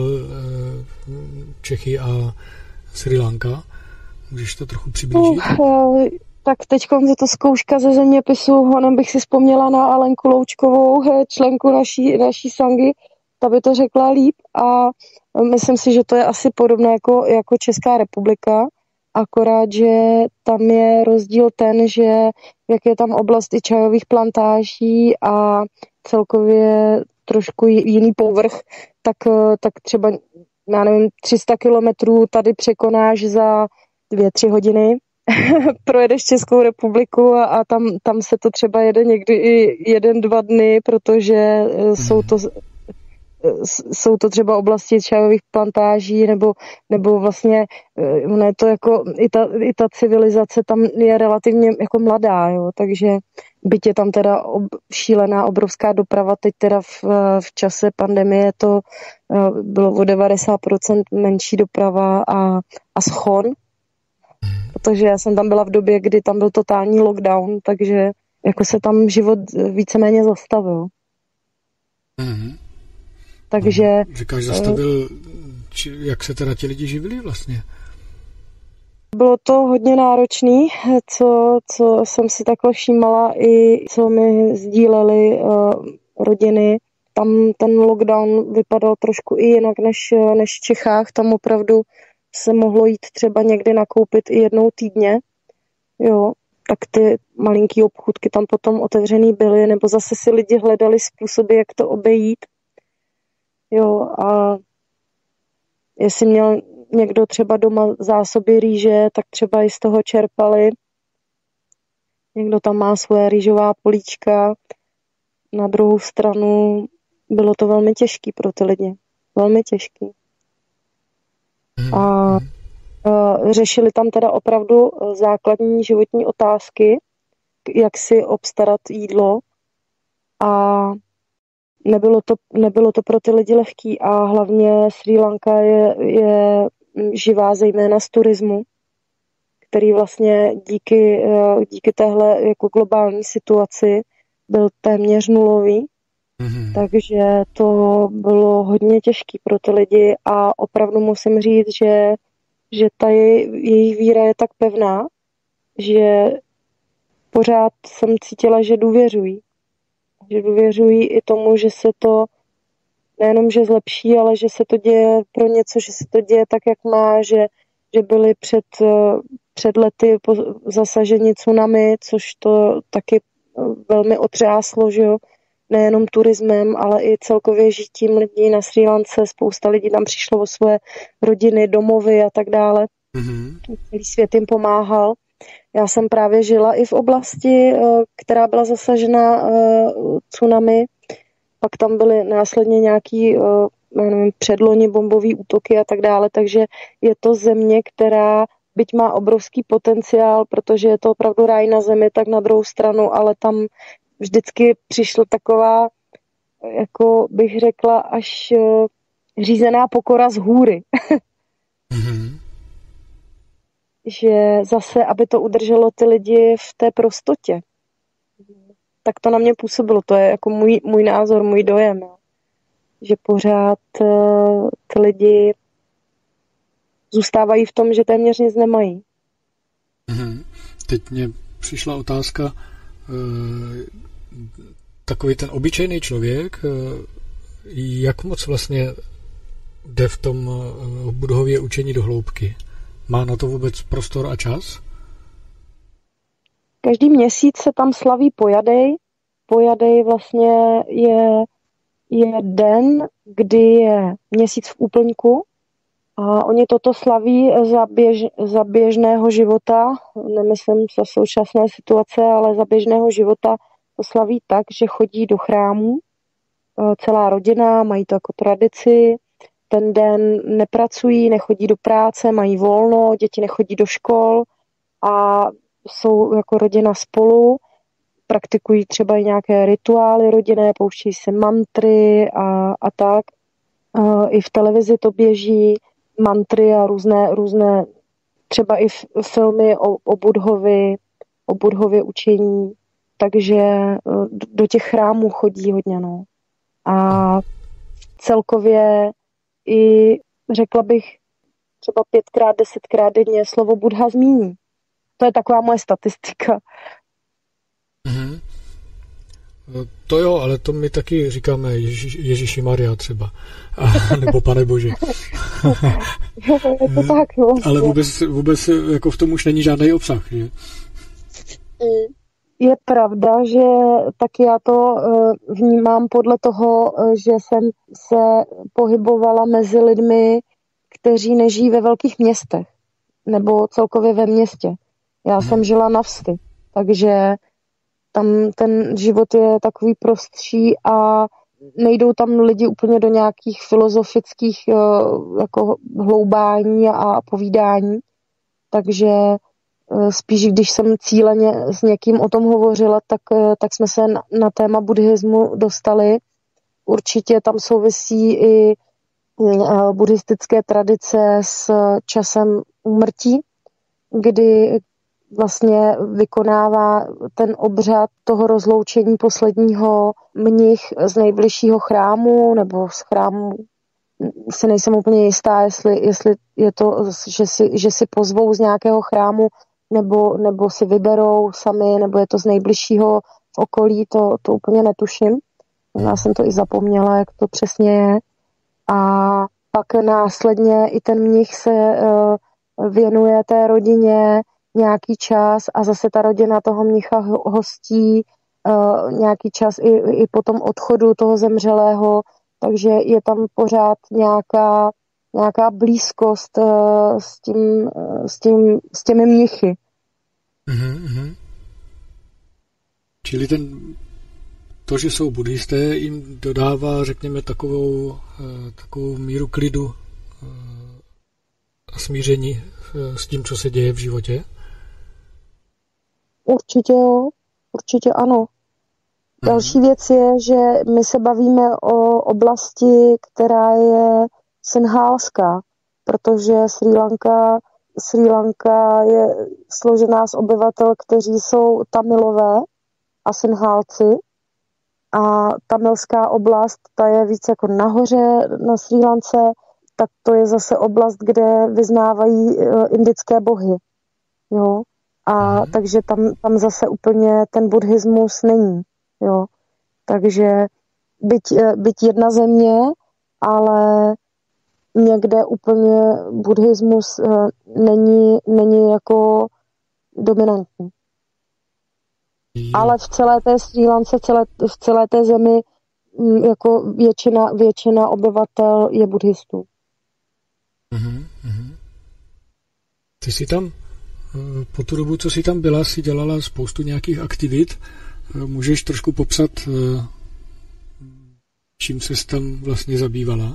Čechy a Srí Lanka. Můžeš to trochu přiblížit? Uh, tak teď je to zkouška ze zeměpisu, honem bych si vzpomněla na Alenku Loučkovou, členku naší, naší sangy, ta by to řekla líp a myslím si, že to je asi podobné jako, jako Česká republika, akorát, že tam je rozdíl ten, že jak je tam oblast i čajových plantáží a celkově trošku jiný povrch, tak, tak třeba, já nevím, tři sta kilometrů tady překonáš za dvě, tři hodiny, projedeš Českou republiku a, a tam, tam se to třeba jede někdy i jeden, dva dny, protože mm. jsou to jsou to třeba oblasti čajových plantáží, nebo, nebo vlastně ono je to jako, i ta, i ta civilizace tam je relativně jako mladá, jo, takže byť je tam teda ob, šílená obrovská doprava, teď teda v, v čase pandemie to bylo o devadesát procent menší doprava a, a schon, protože já jsem tam byla v době, kdy tam byl totální lockdown, takže jako se tam život víceméně zastavil. Mhm. Takže... Říkáš, zastavil, či, jak se teda ti lidi živili vlastně? Bylo to hodně náročný, co, co jsem si takhle všímala i co mi sdíleli uh, rodiny. Tam ten lockdown vypadal trošku i jinak než, než v Čechách. Tam opravdu se mohlo jít třeba někdy nakoupit i jednou týdně. Jo, tak ty malinký obchůdky tam potom otevřený byly, nebo zase si lidi hledali způsoby, jak to obejít. Jo, a jestli měl někdo třeba doma zásoby rýže, tak třeba i z toho čerpali. Někdo tam má svoje rýžová políčka. Na druhou stranu bylo to velmi těžký pro ty lidi. Velmi těžký. A, a řešili tam teda opravdu základní životní otázky, jak si obstarat jídlo. A Nebylo to, nebylo to pro ty lidi lehký a hlavně Srí Lanka je, je živá zejména z turismu, který vlastně díky, díky téhle jako globální situaci byl téměř nulový. Mm-hmm. Takže to bylo hodně těžký pro ty lidi a opravdu musím říct, že, že ta jej, jejich víra je tak pevná, že pořád jsem cítila, že důvěřují. Že důvěřují i tomu, že se to nejenom, že zlepší, ale že se to děje pro něco, že se to děje tak, jak má, že, že byli před, před lety zasaženi tsunami, což to taky velmi otřáslo, že jo, nejenom turismem, ale i celkově žitím lidí na Srí Lance. Spousta lidí tam přišlo o své rodiny, domovy a tak dále. Mm-hmm. Celý svět jim pomáhal. Já jsem právě žila i v oblasti, která byla zasažena tsunami. Pak tam byly následně nějaký, nevím, předloni bombový útoky a tak dále. Takže je to země, která byť má obrovský potenciál, protože je to opravdu ráj na zemi, tak na druhou stranu, ale tam vždycky přišla taková, jako bych řekla, až řízená pokora z hůry. Mm-hmm. že zase, aby to udrželo ty lidi v té prostotě. Tak to na mě působilo, to je jako můj, můj názor, můj dojem, jo. Že pořád uh, ty lidi zůstávají v tom, že téměř nic nemají. Mm-hmm. Teď mě přišla otázka, uh, takový ten obyčejný člověk, uh, jak moc vlastně jde v tom uh, Budhově učení do hloubky? Má na to vůbec prostor a čas? Každý měsíc se tam slaví Pojadej. Pojadej vlastně je, je den, kdy je měsíc v úplňku a oni toto slaví za, běž, za běžného života, nemyslím za současné situace, ale za běžného života to slaví tak, že chodí do chrámu celá rodina, mají to jako tradici, ten den nepracují, nechodí do práce, mají volno, děti nechodí do škol a jsou jako rodina spolu, praktikují třeba i nějaké rituály rodinné, pouštějí se mantry a, a tak. I v televizi to běží, mantry a různé, různé třeba i f- filmy o, o Budhovi, o Budhově učení, takže do těch chrámů chodí hodně. No. A celkově i řekla bych třeba pětkrát, desetkrát denně slovo Buddha zmíní. To je taková moje statistika. Mm-hmm. To jo, ale to my taky říkáme Ježíš, Ježíši Maria třeba. A, nebo Pane Bože. Je to tak, no. Ale vůbec, vůbec jako v tom už není žádný obsah, že? Je pravda, že tak já to vnímám podle toho, že jsem se pohybovala mezi lidmi, kteří nežijí ve velkých městech nebo celkově ve městě. Já hmm. jsem žila na vsi, takže tam ten život je takový prostší a nejdou tam lidi úplně do nějakých filozofických jako hloubání a povídání. Takže spíš, když jsem cíleně s někým o tom hovořila, tak, tak jsme se na, na téma buddhismu dostali. Určitě tam souvisí i buddhistické tradice s časem úmrtí, kdy vlastně vykonává ten obřad toho rozloučení posledního mnich z nejbližšího chrámu nebo z chrámu, si nejsem úplně jistá, jestli, jestli je to, že si, že si pozvou z nějakého chrámu nebo, nebo si vyberou sami, nebo je to z nejbližšího v okolí, to, to úplně netuším. Já jsem to i zapomněla, jak to přesně je. A pak následně i ten mnich se uh, věnuje té rodině nějaký čas a zase ta rodina toho mnicha hostí uh, nějaký čas i, i po tom odchodu toho zemřelého, takže je tam pořád nějaká, nějaká blízkost uh, s, tím, uh, s, tím, s těmi mnichy. Mm-hmm. Čili ten, to, že jsou buddhisté, jim dodává, řekněme, takovou, uh, takovou míru klidu uh, a smíření uh, s tím, co se děje v životě? Určitě jo, určitě ano. Další věc je, že my se bavíme o oblasti, která je sinhálská, protože Srí Lanka, Srí Lanka je složená z obyvatel, kteří jsou Tamilové a Sinhálci. A tamilská oblast, ta je víc jako nahoře na Srí Lance, tak to je zase oblast, kde vyznávají indické bohy. Jo? A hmm. takže tam, tam zase úplně ten buddhismus není. Jo. Takže byť, byť jedna země, ale někde úplně buddhismus není, není jako dominantní. Jo. Ale v celé té Srí Lance, celé, v celé té zemi jako většina, většina obyvatel je buddhistů. Mhm, mhm. Ty jsi tam po tu dobu, co jsi tam byla, si dělala spoustu nějakých aktivit. Můžeš trošku popsat, čím ses tam vlastně zabývala?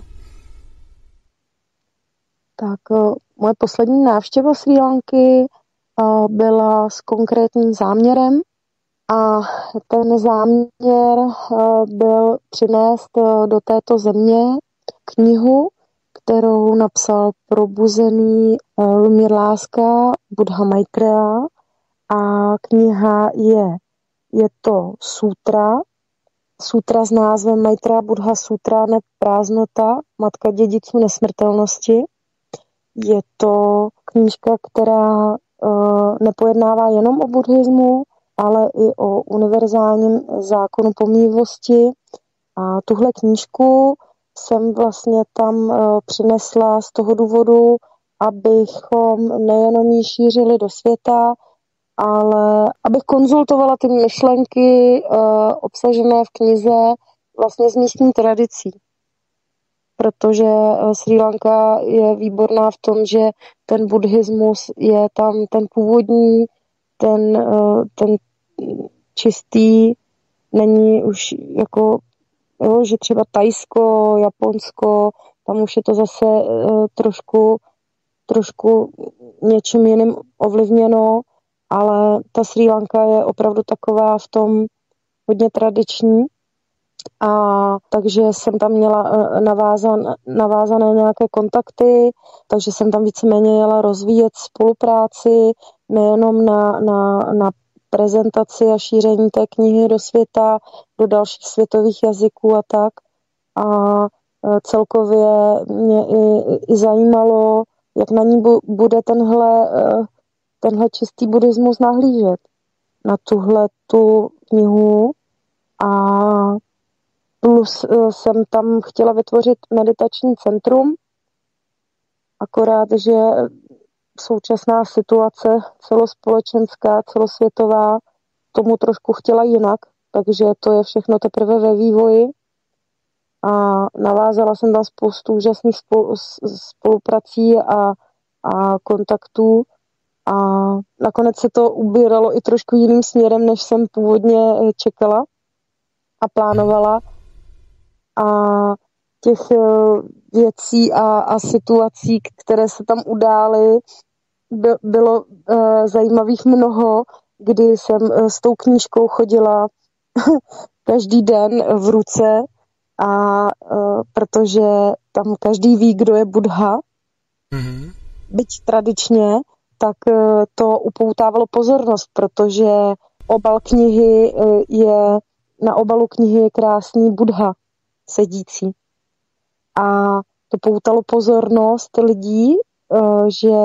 Tak moje poslední návštěva Srí Lanky byla s konkrétním záměrem a ten záměr byl přinést do této země knihu, kterou napsal probuzený Lumír Láska, Buddha Maitreya, a kniha je, je to sutra, sutra s názvem Maitreya Buddha Sutra, ne prázdnota, matka dědiců nesmrtelnosti. Je to knížka, která uh, nepojednává jenom o buddhismu, ale i o univerzálním zákonu pomývosti. A tuhle knížku jsem vlastně tam uh, přinesla z toho důvodu, abychom nejenom ji šířili do světa, ale abych konzultovala ty myšlenky uh, obsažené v knize vlastně s místní tradicí. Protože uh, Srí Lanka je výborná v tom, že ten buddhismus je tam ten původní, ten, uh, ten čistý, není už jako, jo, že třeba Thajsko, Japonsko, tam už je to zase uh, trošku, trošku něčím jiným ovlivněno, ale ta Srí Lanka je opravdu taková v tom hodně tradiční, a takže jsem tam měla navázan, navázané nějaké kontakty, takže jsem tam víceméně jela rozvíjet spolupráci nejenom na, na, na prezentaci a šíření té knihy do světa, do dalších světových jazyků a tak. A celkově mě i, i zajímalo, jak na ní bu, bude tenhle tenhle čistý buddhismus nahlížet, na tuhle tu knihu. A plus jsem tam chtěla vytvořit meditační centrum, akorát, že současná situace celospolečenská, celosvětová tomu trošku chtěla jinak, takže to je všechno teprve ve vývoji. A navázala jsem tam spoustu úžasných spoluprací a, a kontaktů. A nakonec se to ubíralo i trošku jiným směrem, než jsem původně čekala a plánovala. A těch věcí a, a situací, které se tam udály, by, bylo uh, zajímavých mnoho, kdy jsem uh, s tou knížkou chodila každý den v ruce, a uh, protože tam každý ví, kdo je Buddha, mm-hmm. byť tradičně, tak to upoutávalo pozornost, protože obal knihy je, na obalu knihy je krásný Buddha sedící. A to poutalo pozornost lidí, že...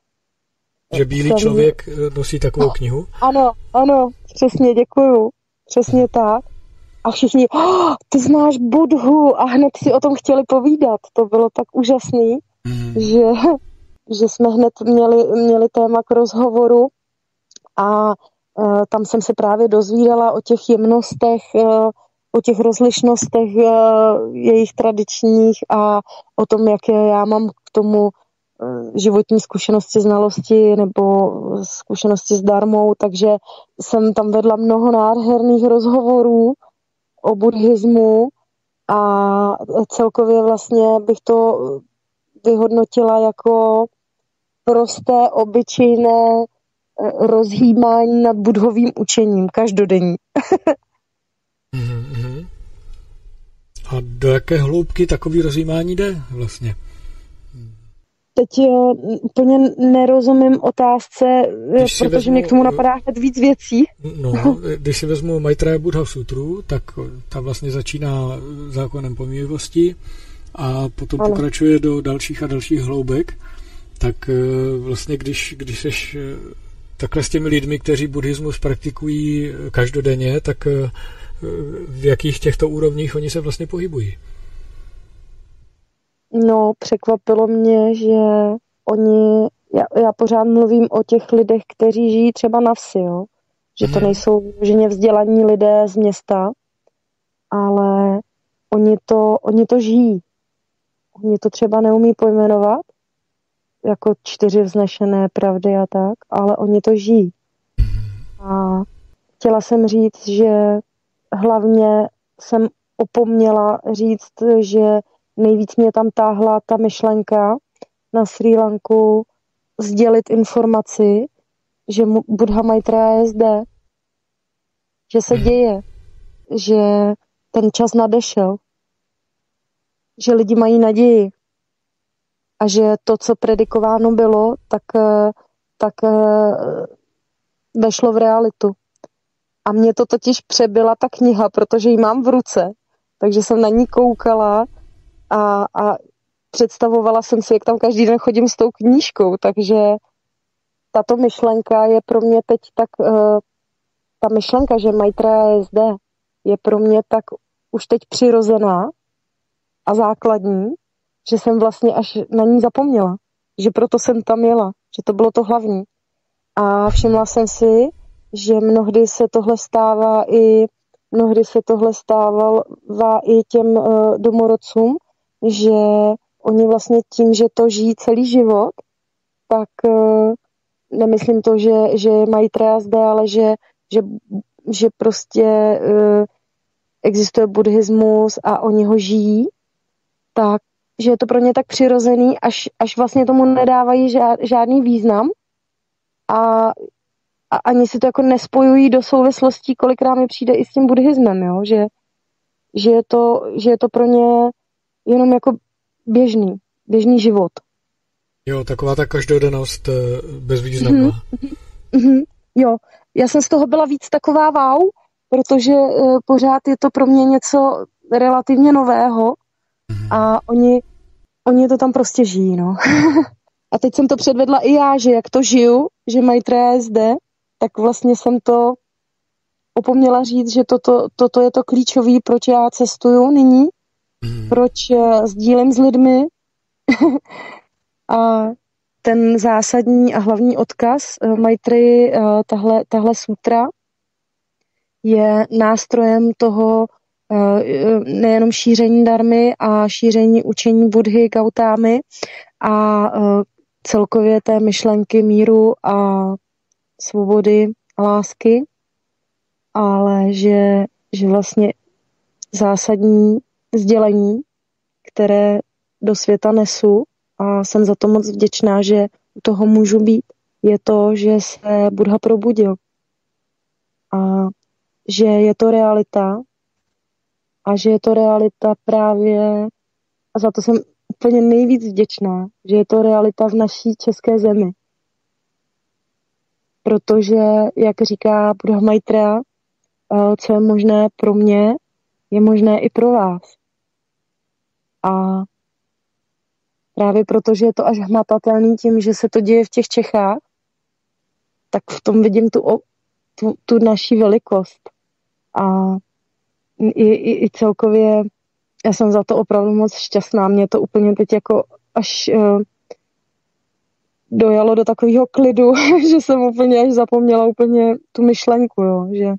Že bílý jsem... člověk nosí takovou oh, knihu? Ano, ano, přesně, děkuju. Přesně tak. A všichni, oh, ty znáš Buddhu, a hned si o tom chtěli povídat. To bylo tak úžasný, mm. že... že jsme hned měli, měli téma k rozhovoru, a uh, tam jsem se právě dozvídala o těch jemnostech, uh, o těch rozlišnostech uh, jejich tradičních a o tom, jaké já mám k tomu uh, životní zkušenosti, znalosti nebo zkušenosti s dharmou, takže jsem tam vedla mnoho nádherných rozhovorů o buddhismu a celkově vlastně bych to vyhodnotila jako prosté, obyčejné rozhýbání nad buddhovým učením, každodenní. mm-hmm. A do jaké hloubky takový rozhýbání jde vlastně? Teď jo, úplně nerozumím otázce, protože vezmu, mě k tomu napadá hned víc věcí. No, když si vezmu Maitreya Buddha Sutru, tak ta vlastně začíná zákonem pomývosti a potom ano. pokračuje do dalších a dalších hloubek. Tak vlastně, když, když seš takhle s těmi lidmi, kteří buddhismus praktikují každodenně, tak v jakých těchto úrovních oni se vlastně pohybují? No, překvapilo mě, že oni, já, já pořád mluvím o těch lidech, kteří žijí třeba na vsi, jo? Že to nejsou ženě vzdělaní lidé z města, ale oni to, oni to žijí. Oni to třeba neumí pojmenovat, jako čtyři vznešené pravdy a tak, ale oni to žijí. A chtěla jsem říct, že hlavně jsem opomněla říct, že nejvíc mě tam táhla ta myšlenka na Srí Lanku sdělit informaci, že Buddha Maitreya je zde, že se děje, že ten čas nadešel, že lidi mají naději, a že to, co predikováno bylo, tak, tak vešlo v realitu. A mě to totiž přebyla ta kniha, protože ji mám v ruce, takže jsem na ní koukala a, a představovala jsem si, jak tam každý den chodím s tou knížkou, takže tato myšlenka je pro mě teď tak, uh, ta myšlenka, že Maitreya je zde, je pro mě tak už teď přirozená a základní, že jsem vlastně až na ní zapomněla, že proto jsem tam jela, že to bylo to hlavní. A všimla jsem si, že mnohdy se tohle stává i mnohdy se tohle stává i těm uh, domorodcům, že oni vlastně tím, že to žijí celý život, tak uh, nemyslím to, že, že mají Maitreya zde, ale že, že, že prostě uh, existuje buddhismus a oni ho žijí, tak že je to pro ně tak přirozený, až, až vlastně tomu nedávají žád, žádný význam a, a ani si to jako nespojují do souvislostí, kolikrát mi přijde i s tím buddhismem, jo? Že, že, je to, že je to pro ně jenom jako běžný, běžný život. Jo, taková ta každodennost bezvýznamná. Mm-hmm. Mm-hmm. Jo, já jsem z toho byla víc taková wow, protože uh, pořád je to pro mě něco relativně nového mm-hmm. a oni, oni to tam prostě žijí, no. A teď jsem to předvedla i já, že jak to žiju, že Maitreya je zde, tak vlastně jsem to opomněla říct, že toto, toto je to klíčový, proč já cestuju nyní, mm. proč uh, sdílím s lidmi a ten zásadní a hlavní odkaz uh, Maitreyi, uh, tahle, tahle sutra, je nástrojem toho uh, nejenom šíření dharmy a šíření učení Buddhy Gautámy a uh, celkově té myšlenky míru a svobody a lásky, ale že, že vlastně zásadní sdělení, které do světa nesu a jsem za to moc vděčná, že u toho můžu být, je to, že se Buddha probudil a že je to realita a že je to realita právě a za to jsem úplně nejvíc vděčná, že je to realita v naší české zemi. Protože, jak říká Buddha Maitreya, co je možné pro mě, je možné i pro vás. A právě protože je to až hmatatelný tím, že se to děje v těch Čechách, tak v tom vidím tu, tu, tu naší velikost. A i, i, i celkově já jsem za to opravdu moc šťastná. Mě to úplně teď jako až uh, dojalo do takového klidu, že jsem úplně až zapomněla úplně tu myšlenku, jo, že...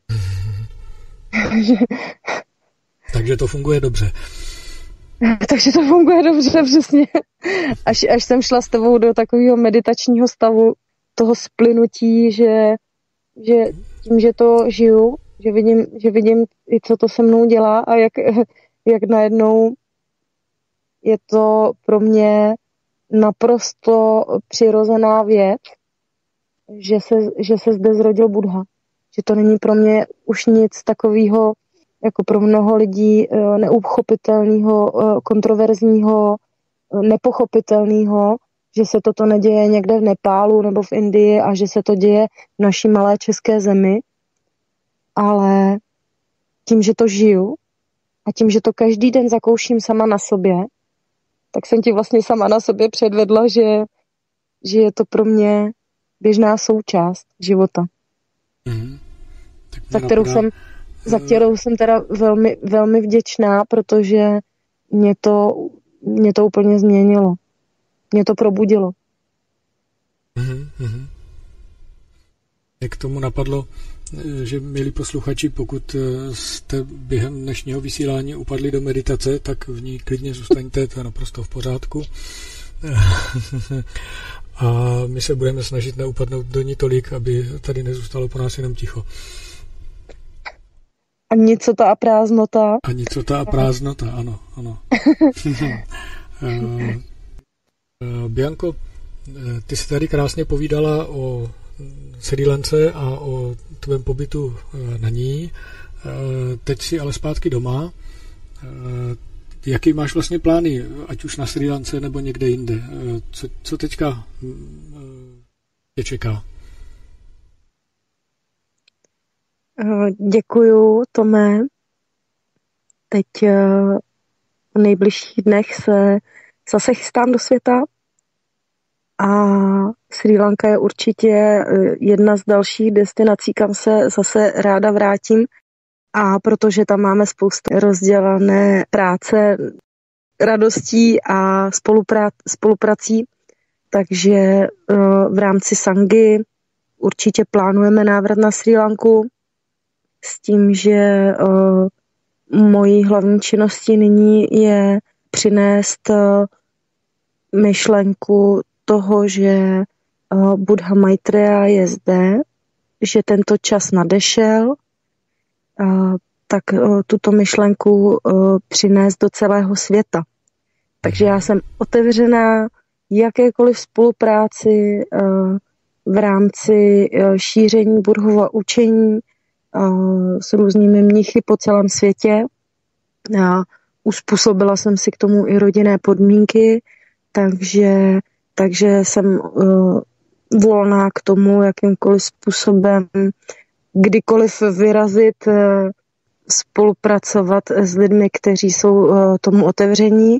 Takže to funguje dobře. Takže to funguje dobře, přesně. Až, až jsem šla s tebou do takového meditačního stavu, toho splynutí, že, že tím, že to žiju, že vidím, že vidím i co to se mnou dělá a jak, jak najednou je to pro mě naprosto přirozená věc, že se, že se zde zrodil Buddha. Že to není pro mě už nic takového, jako pro mnoho lidí neuchopitelného, kontroverzního, nepochopitelného, že se toto neděje někde v Nepálu nebo v Indii a že se to děje v naší malé české zemi. Ale tím, že to žiju a tím, že to každý den zakouším sama na sobě, tak jsem ti vlastně sama na sobě předvedla, že, že je to pro mě běžná součást života. Mm-hmm. Za kterou jsem, za kterou jsem teda velmi, velmi vděčná, protože mě to, mě to úplně změnilo. Mě to probudilo. Mm-hmm. Jak tomu napadlo, že, milí posluchači, pokud jste během dnešního vysílání upadli do meditace, tak v ní klidně zůstaňte, to je naprosto v pořádku. A my se budeme snažit neupadnout do ní tolik, aby tady nezůstalo po nás jenom ticho. A nicota a prázdnota. A nicota a prázdnota, ano, ano. uh, uh, Bianko, ty jsi tady krásně povídala o Srí Lance a o tvém pobytu na ní. Teď jsi ale zpátky doma. jaký máš vlastně plány, ať už na Srí Lance nebo někde jinde? Co, co teďka tě čeká? Děkuju, Tome. Teď v nejbližších dnech se zase chystám do světa a Srí Lanka je určitě jedna z dalších destinací, kam se zase ráda vrátím. A protože tam máme spoustu rozdělané práce, radostí a spolupra- spoluprací, takže v rámci Sangy určitě plánujeme návrat na Srí Lanku s tím, že mojí hlavní činností nyní je přinést myšlenku toho, že Buddha Maitreya je zde, že tento čas nadešel, tak tuto myšlenku přinést do celého světa. Takže já jsem otevřená jakékoliv spolupráci v rámci šíření Buddhova učení s různými mnichy po celém světě. A uspůsobila jsem si k tomu i rodinné podmínky, takže, takže jsem volná k tomu, jakýmkoliv způsobem kdykoliv vyrazit, spolupracovat s lidmi, kteří jsou tomu otevření.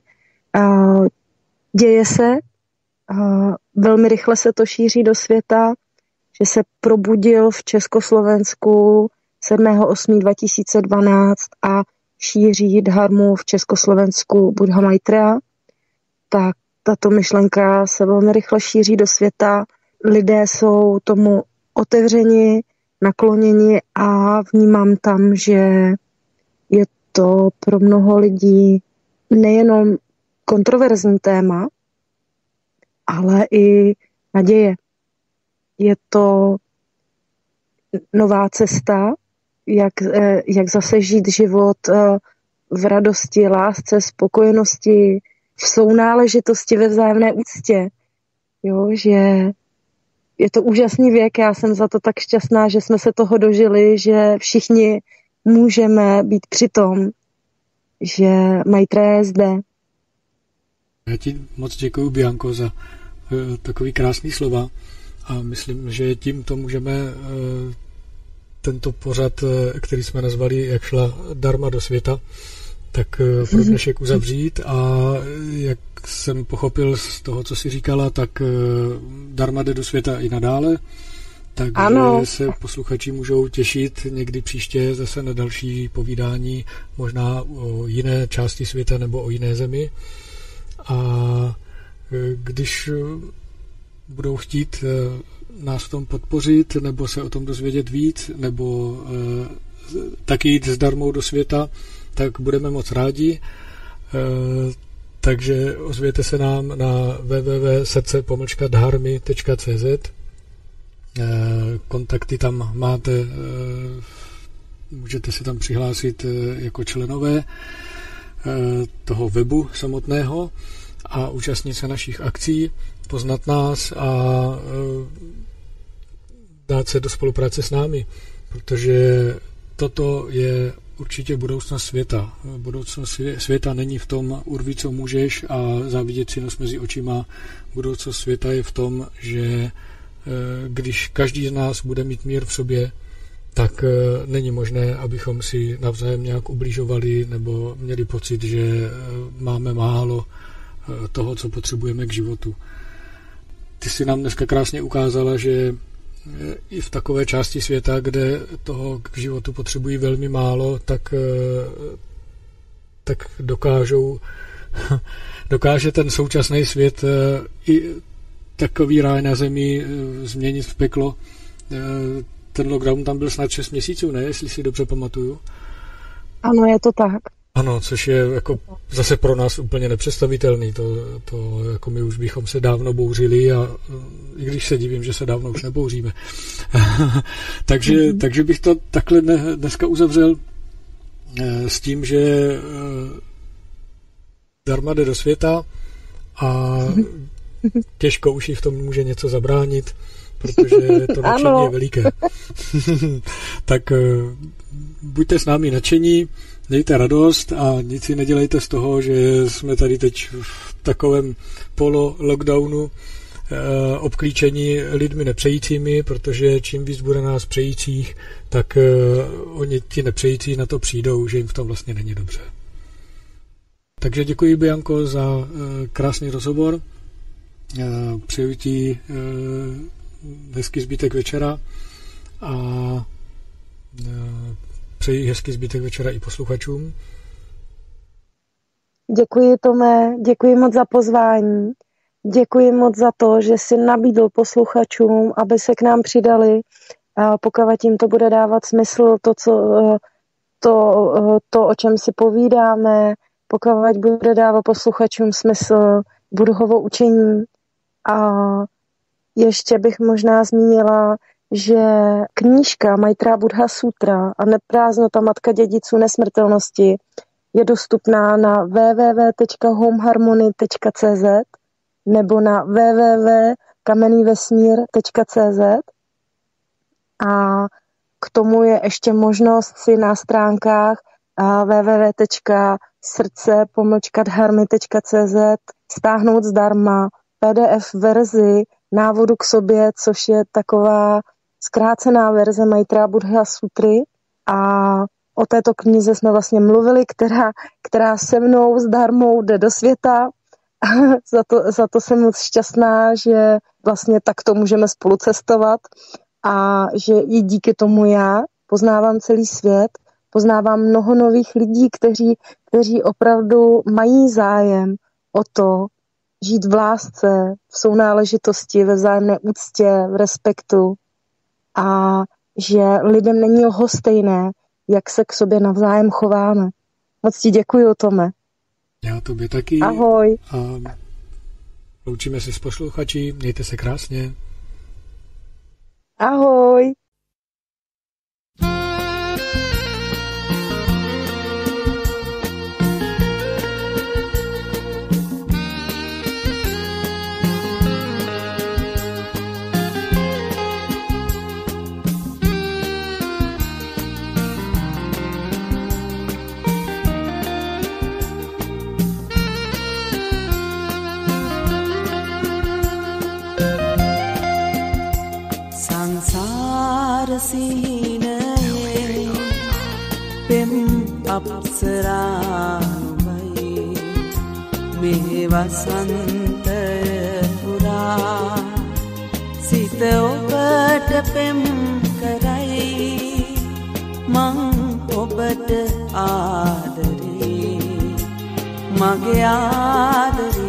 Děje se, velmi rychle se to šíří do světa, že se probudil v Československu sedmého osmého dva tisíce dvanáct a šíří dharmu v Československu Buddha Maitreya. Tak tato myšlenka se velmi rychle šíří do světa. Lidé jsou tomu otevřeni, nakloněni a vnímám tam, že je to pro mnoho lidí nejenom kontroverzní téma, ale i naděje. Je to nová cesta, jak, jak zase žít život v radosti, lásce, spokojenosti, v sounáležitosti, ve vzájemné úctě. Jo, že je to úžasný věk, já jsem za to tak šťastná, že jsme se toho dožili, že všichni můžeme být při tom, že Maitreya je zde. Já ti moc děkuju, Bianko, za uh, takový krásný slova a myslím, že tímto můžeme uh, tento pořad, uh, který jsme nazvali Jak šla Dharma do světa, tak uh, pro dnešek uzavřít a jak jsem pochopil z toho, co jsi říkala, tak uh, Dharma jde do světa i nadále, takže ano. Se posluchači můžou těšit někdy příště zase na další povídání, možná o jiné části světa nebo o jiné zemi. A když budou chtít nás v tom podpořit, nebo se o tom dozvědět víc, nebo taky jít s darmou do světa, tak budeme moc rádi. Takže ozvěte se nám na w w w tečka srdce pomlčka dharmy tečka c z. Kontakty tam máte, můžete se tam přihlásit jako členové toho webu samotného a účastnit se našich akcí, poznat nás a dát se do spolupráce s námi, protože toto je určitě budoucnost světa. Budoucnost světa není v tom urvi, co můžeš a závidět si nos mezi očima. Budoucnost světa je v tom, že když každý z nás bude mít mír v sobě, tak není možné, abychom si navzájem nějak ubližovali nebo měli pocit, že máme málo toho, co potřebujeme k životu. Ty jsi nám dneska krásně ukázala, že i v takové části světa, kde toho k životu potřebují velmi málo, tak, tak dokážou, dokáže ten současný svět i takový ráj na zemi změnit v peklo. Ten lockdown tam byl snad šest měsíců, ne? Jestli si dobře pamatuju. Ano, je to tak. Ano, což je jako zase pro nás úplně nepředstavitelný. To, to jako my už bychom se dávno bouřili a i když se divím, že se dávno už nebouříme. takže, mm-hmm. takže bych to takhle dneska uzavřel s tím, že Dharma jde do světa a těžko už jí v tom může něco zabránit, protože to nadšení je veliké. Tak buďte s námi nadšení, mějte radost a nic si nedělejte z toho, že jsme tady teď v takovém polo-lockdownu obklíčení lidmi nepřejícími, protože čím víc bude nás přejících, tak oni ti nepřející na to přijdou, že jim v tom vlastně není dobře. Takže děkuji, Bianko, za krásný rozhovor. Přeju ti hezký zbytek večera a přeji hezký zbytek večera i posluchačům. Děkuji, Tome, děkuji moc za pozvání. Děkuji moc za to, že jsi nabídl posluchačům, aby se k nám přidali, pokud jim to bude dávat smysl, to, co, to, to, o čem si povídáme, pokud bude dávat posluchačům smysl Buddhovo učení. A ještě bych možná zmínila, že knížka Maitreya Buddha Sutra a Neprázdnota matka dědiců nesmrtelnosti je dostupná na w w w tečka homeharmony tečka c z nebo na w w w tečka kamenývesmír tečka c z a k tomu je ještě možnost si na stránkách w w w tečka srdce pomlčka dharmy tečka c z stáhnout zdarma P D F verzi návodu k sobě, což je taková zkrácená verze Maitreya Buddha Sutry a o této knize jsme vlastně mluvili, která, která se mnou zdarmou jde do světa. za, to, za to jsem moc šťastná, že vlastně takto můžeme spolu cestovat a že i díky tomu já poznávám celý svět, poznávám mnoho nových lidí, kteří, kteří opravdu mají zájem o to, žít v lásce, v sounáležitosti, ve vzájemné úctě, v respektu a že lidem není lhostejné, jak se k sobě navzájem chováme. Moc ti děkuju, Tome. Já tobě taky. Ahoj. A loučíme se s posluchači, mějte se krásně. Ahoj. සීනයේ පෙම් අප්සරානුමයි මේ වසන්තය පුරා සිත ඔබට පෙම් කරයි මං ඔබට ආදරේ මගේ ආදරේ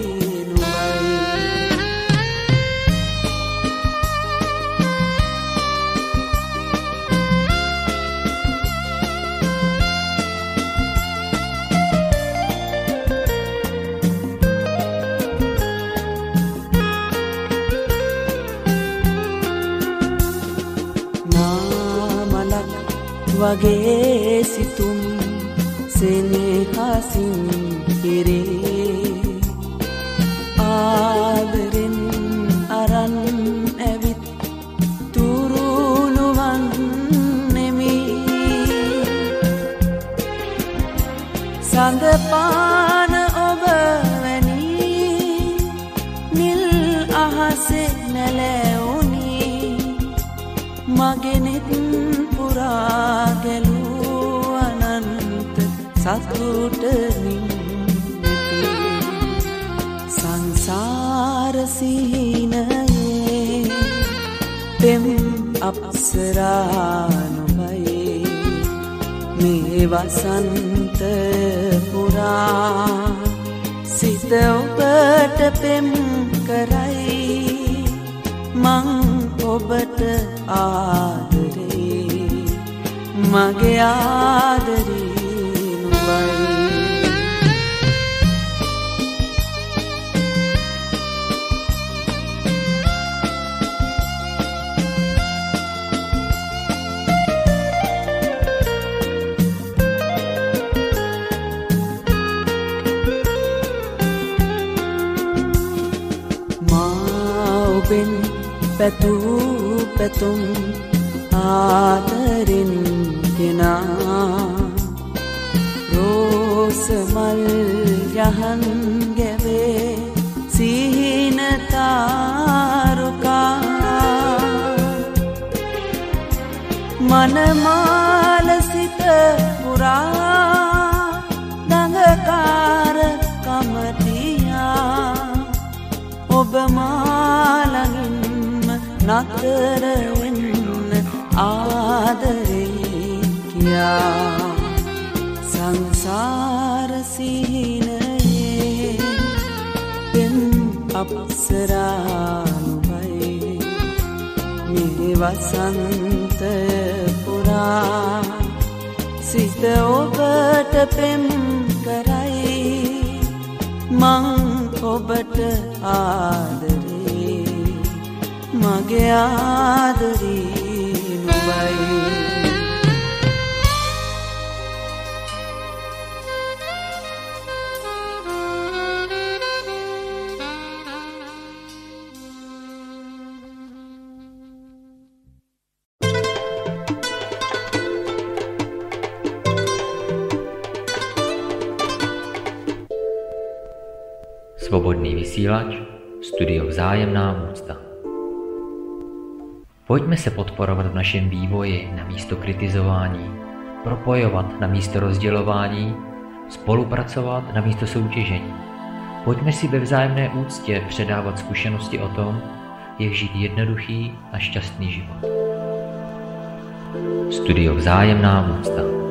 වගේ සිතුම් සෙනෙහසින් හිරේ ආදරෙන් අරන් ඇවිත් තුරුළුවන් නෙමි සඳපාන ඔබ වැනි නිල් අහසේ නැලැවුනි මගෙනෙත් පුරාගැලූ අනන්ත සතුටනින් නැති සංසාර සිහිනයේ පෙම් අප්සරානුමයි මේ වසන්ත පුරා සිත ඔබට පෙම් කරයි මං ඔබට ආදරේ මගේ ආදරේ නුඹයි ඔබෙන් පැතූ පැතුම් ආදරින් ගෙනා රෝසමල් යහන් ගැවේ සිහින තාරුකා මනමාල සිත පුරා දඟකාර කමතියා ඔබ මාළඟින්ම නතර වෙන්න ආදරේ කියා සංසාර සිහිනයේ පෙම් අප්සරානුබයි මේ වසන්ත පුරා සිත ඔබට පෙම් කරයි මං ඔබට ආදරේ මගේ ආදරේ නුඹයි Svobodný vysílač, studio Vzájemná úcta. Pojďme se podporovat v našem vývoji na místo kritizování, propojovat na místo rozdělování, spolupracovat na místo soutěžení. Pojďme si ve vzájemné úctě předávat zkušenosti o tom, jak žít jednoduchý a šťastný život. Studio Vzájemná úcta.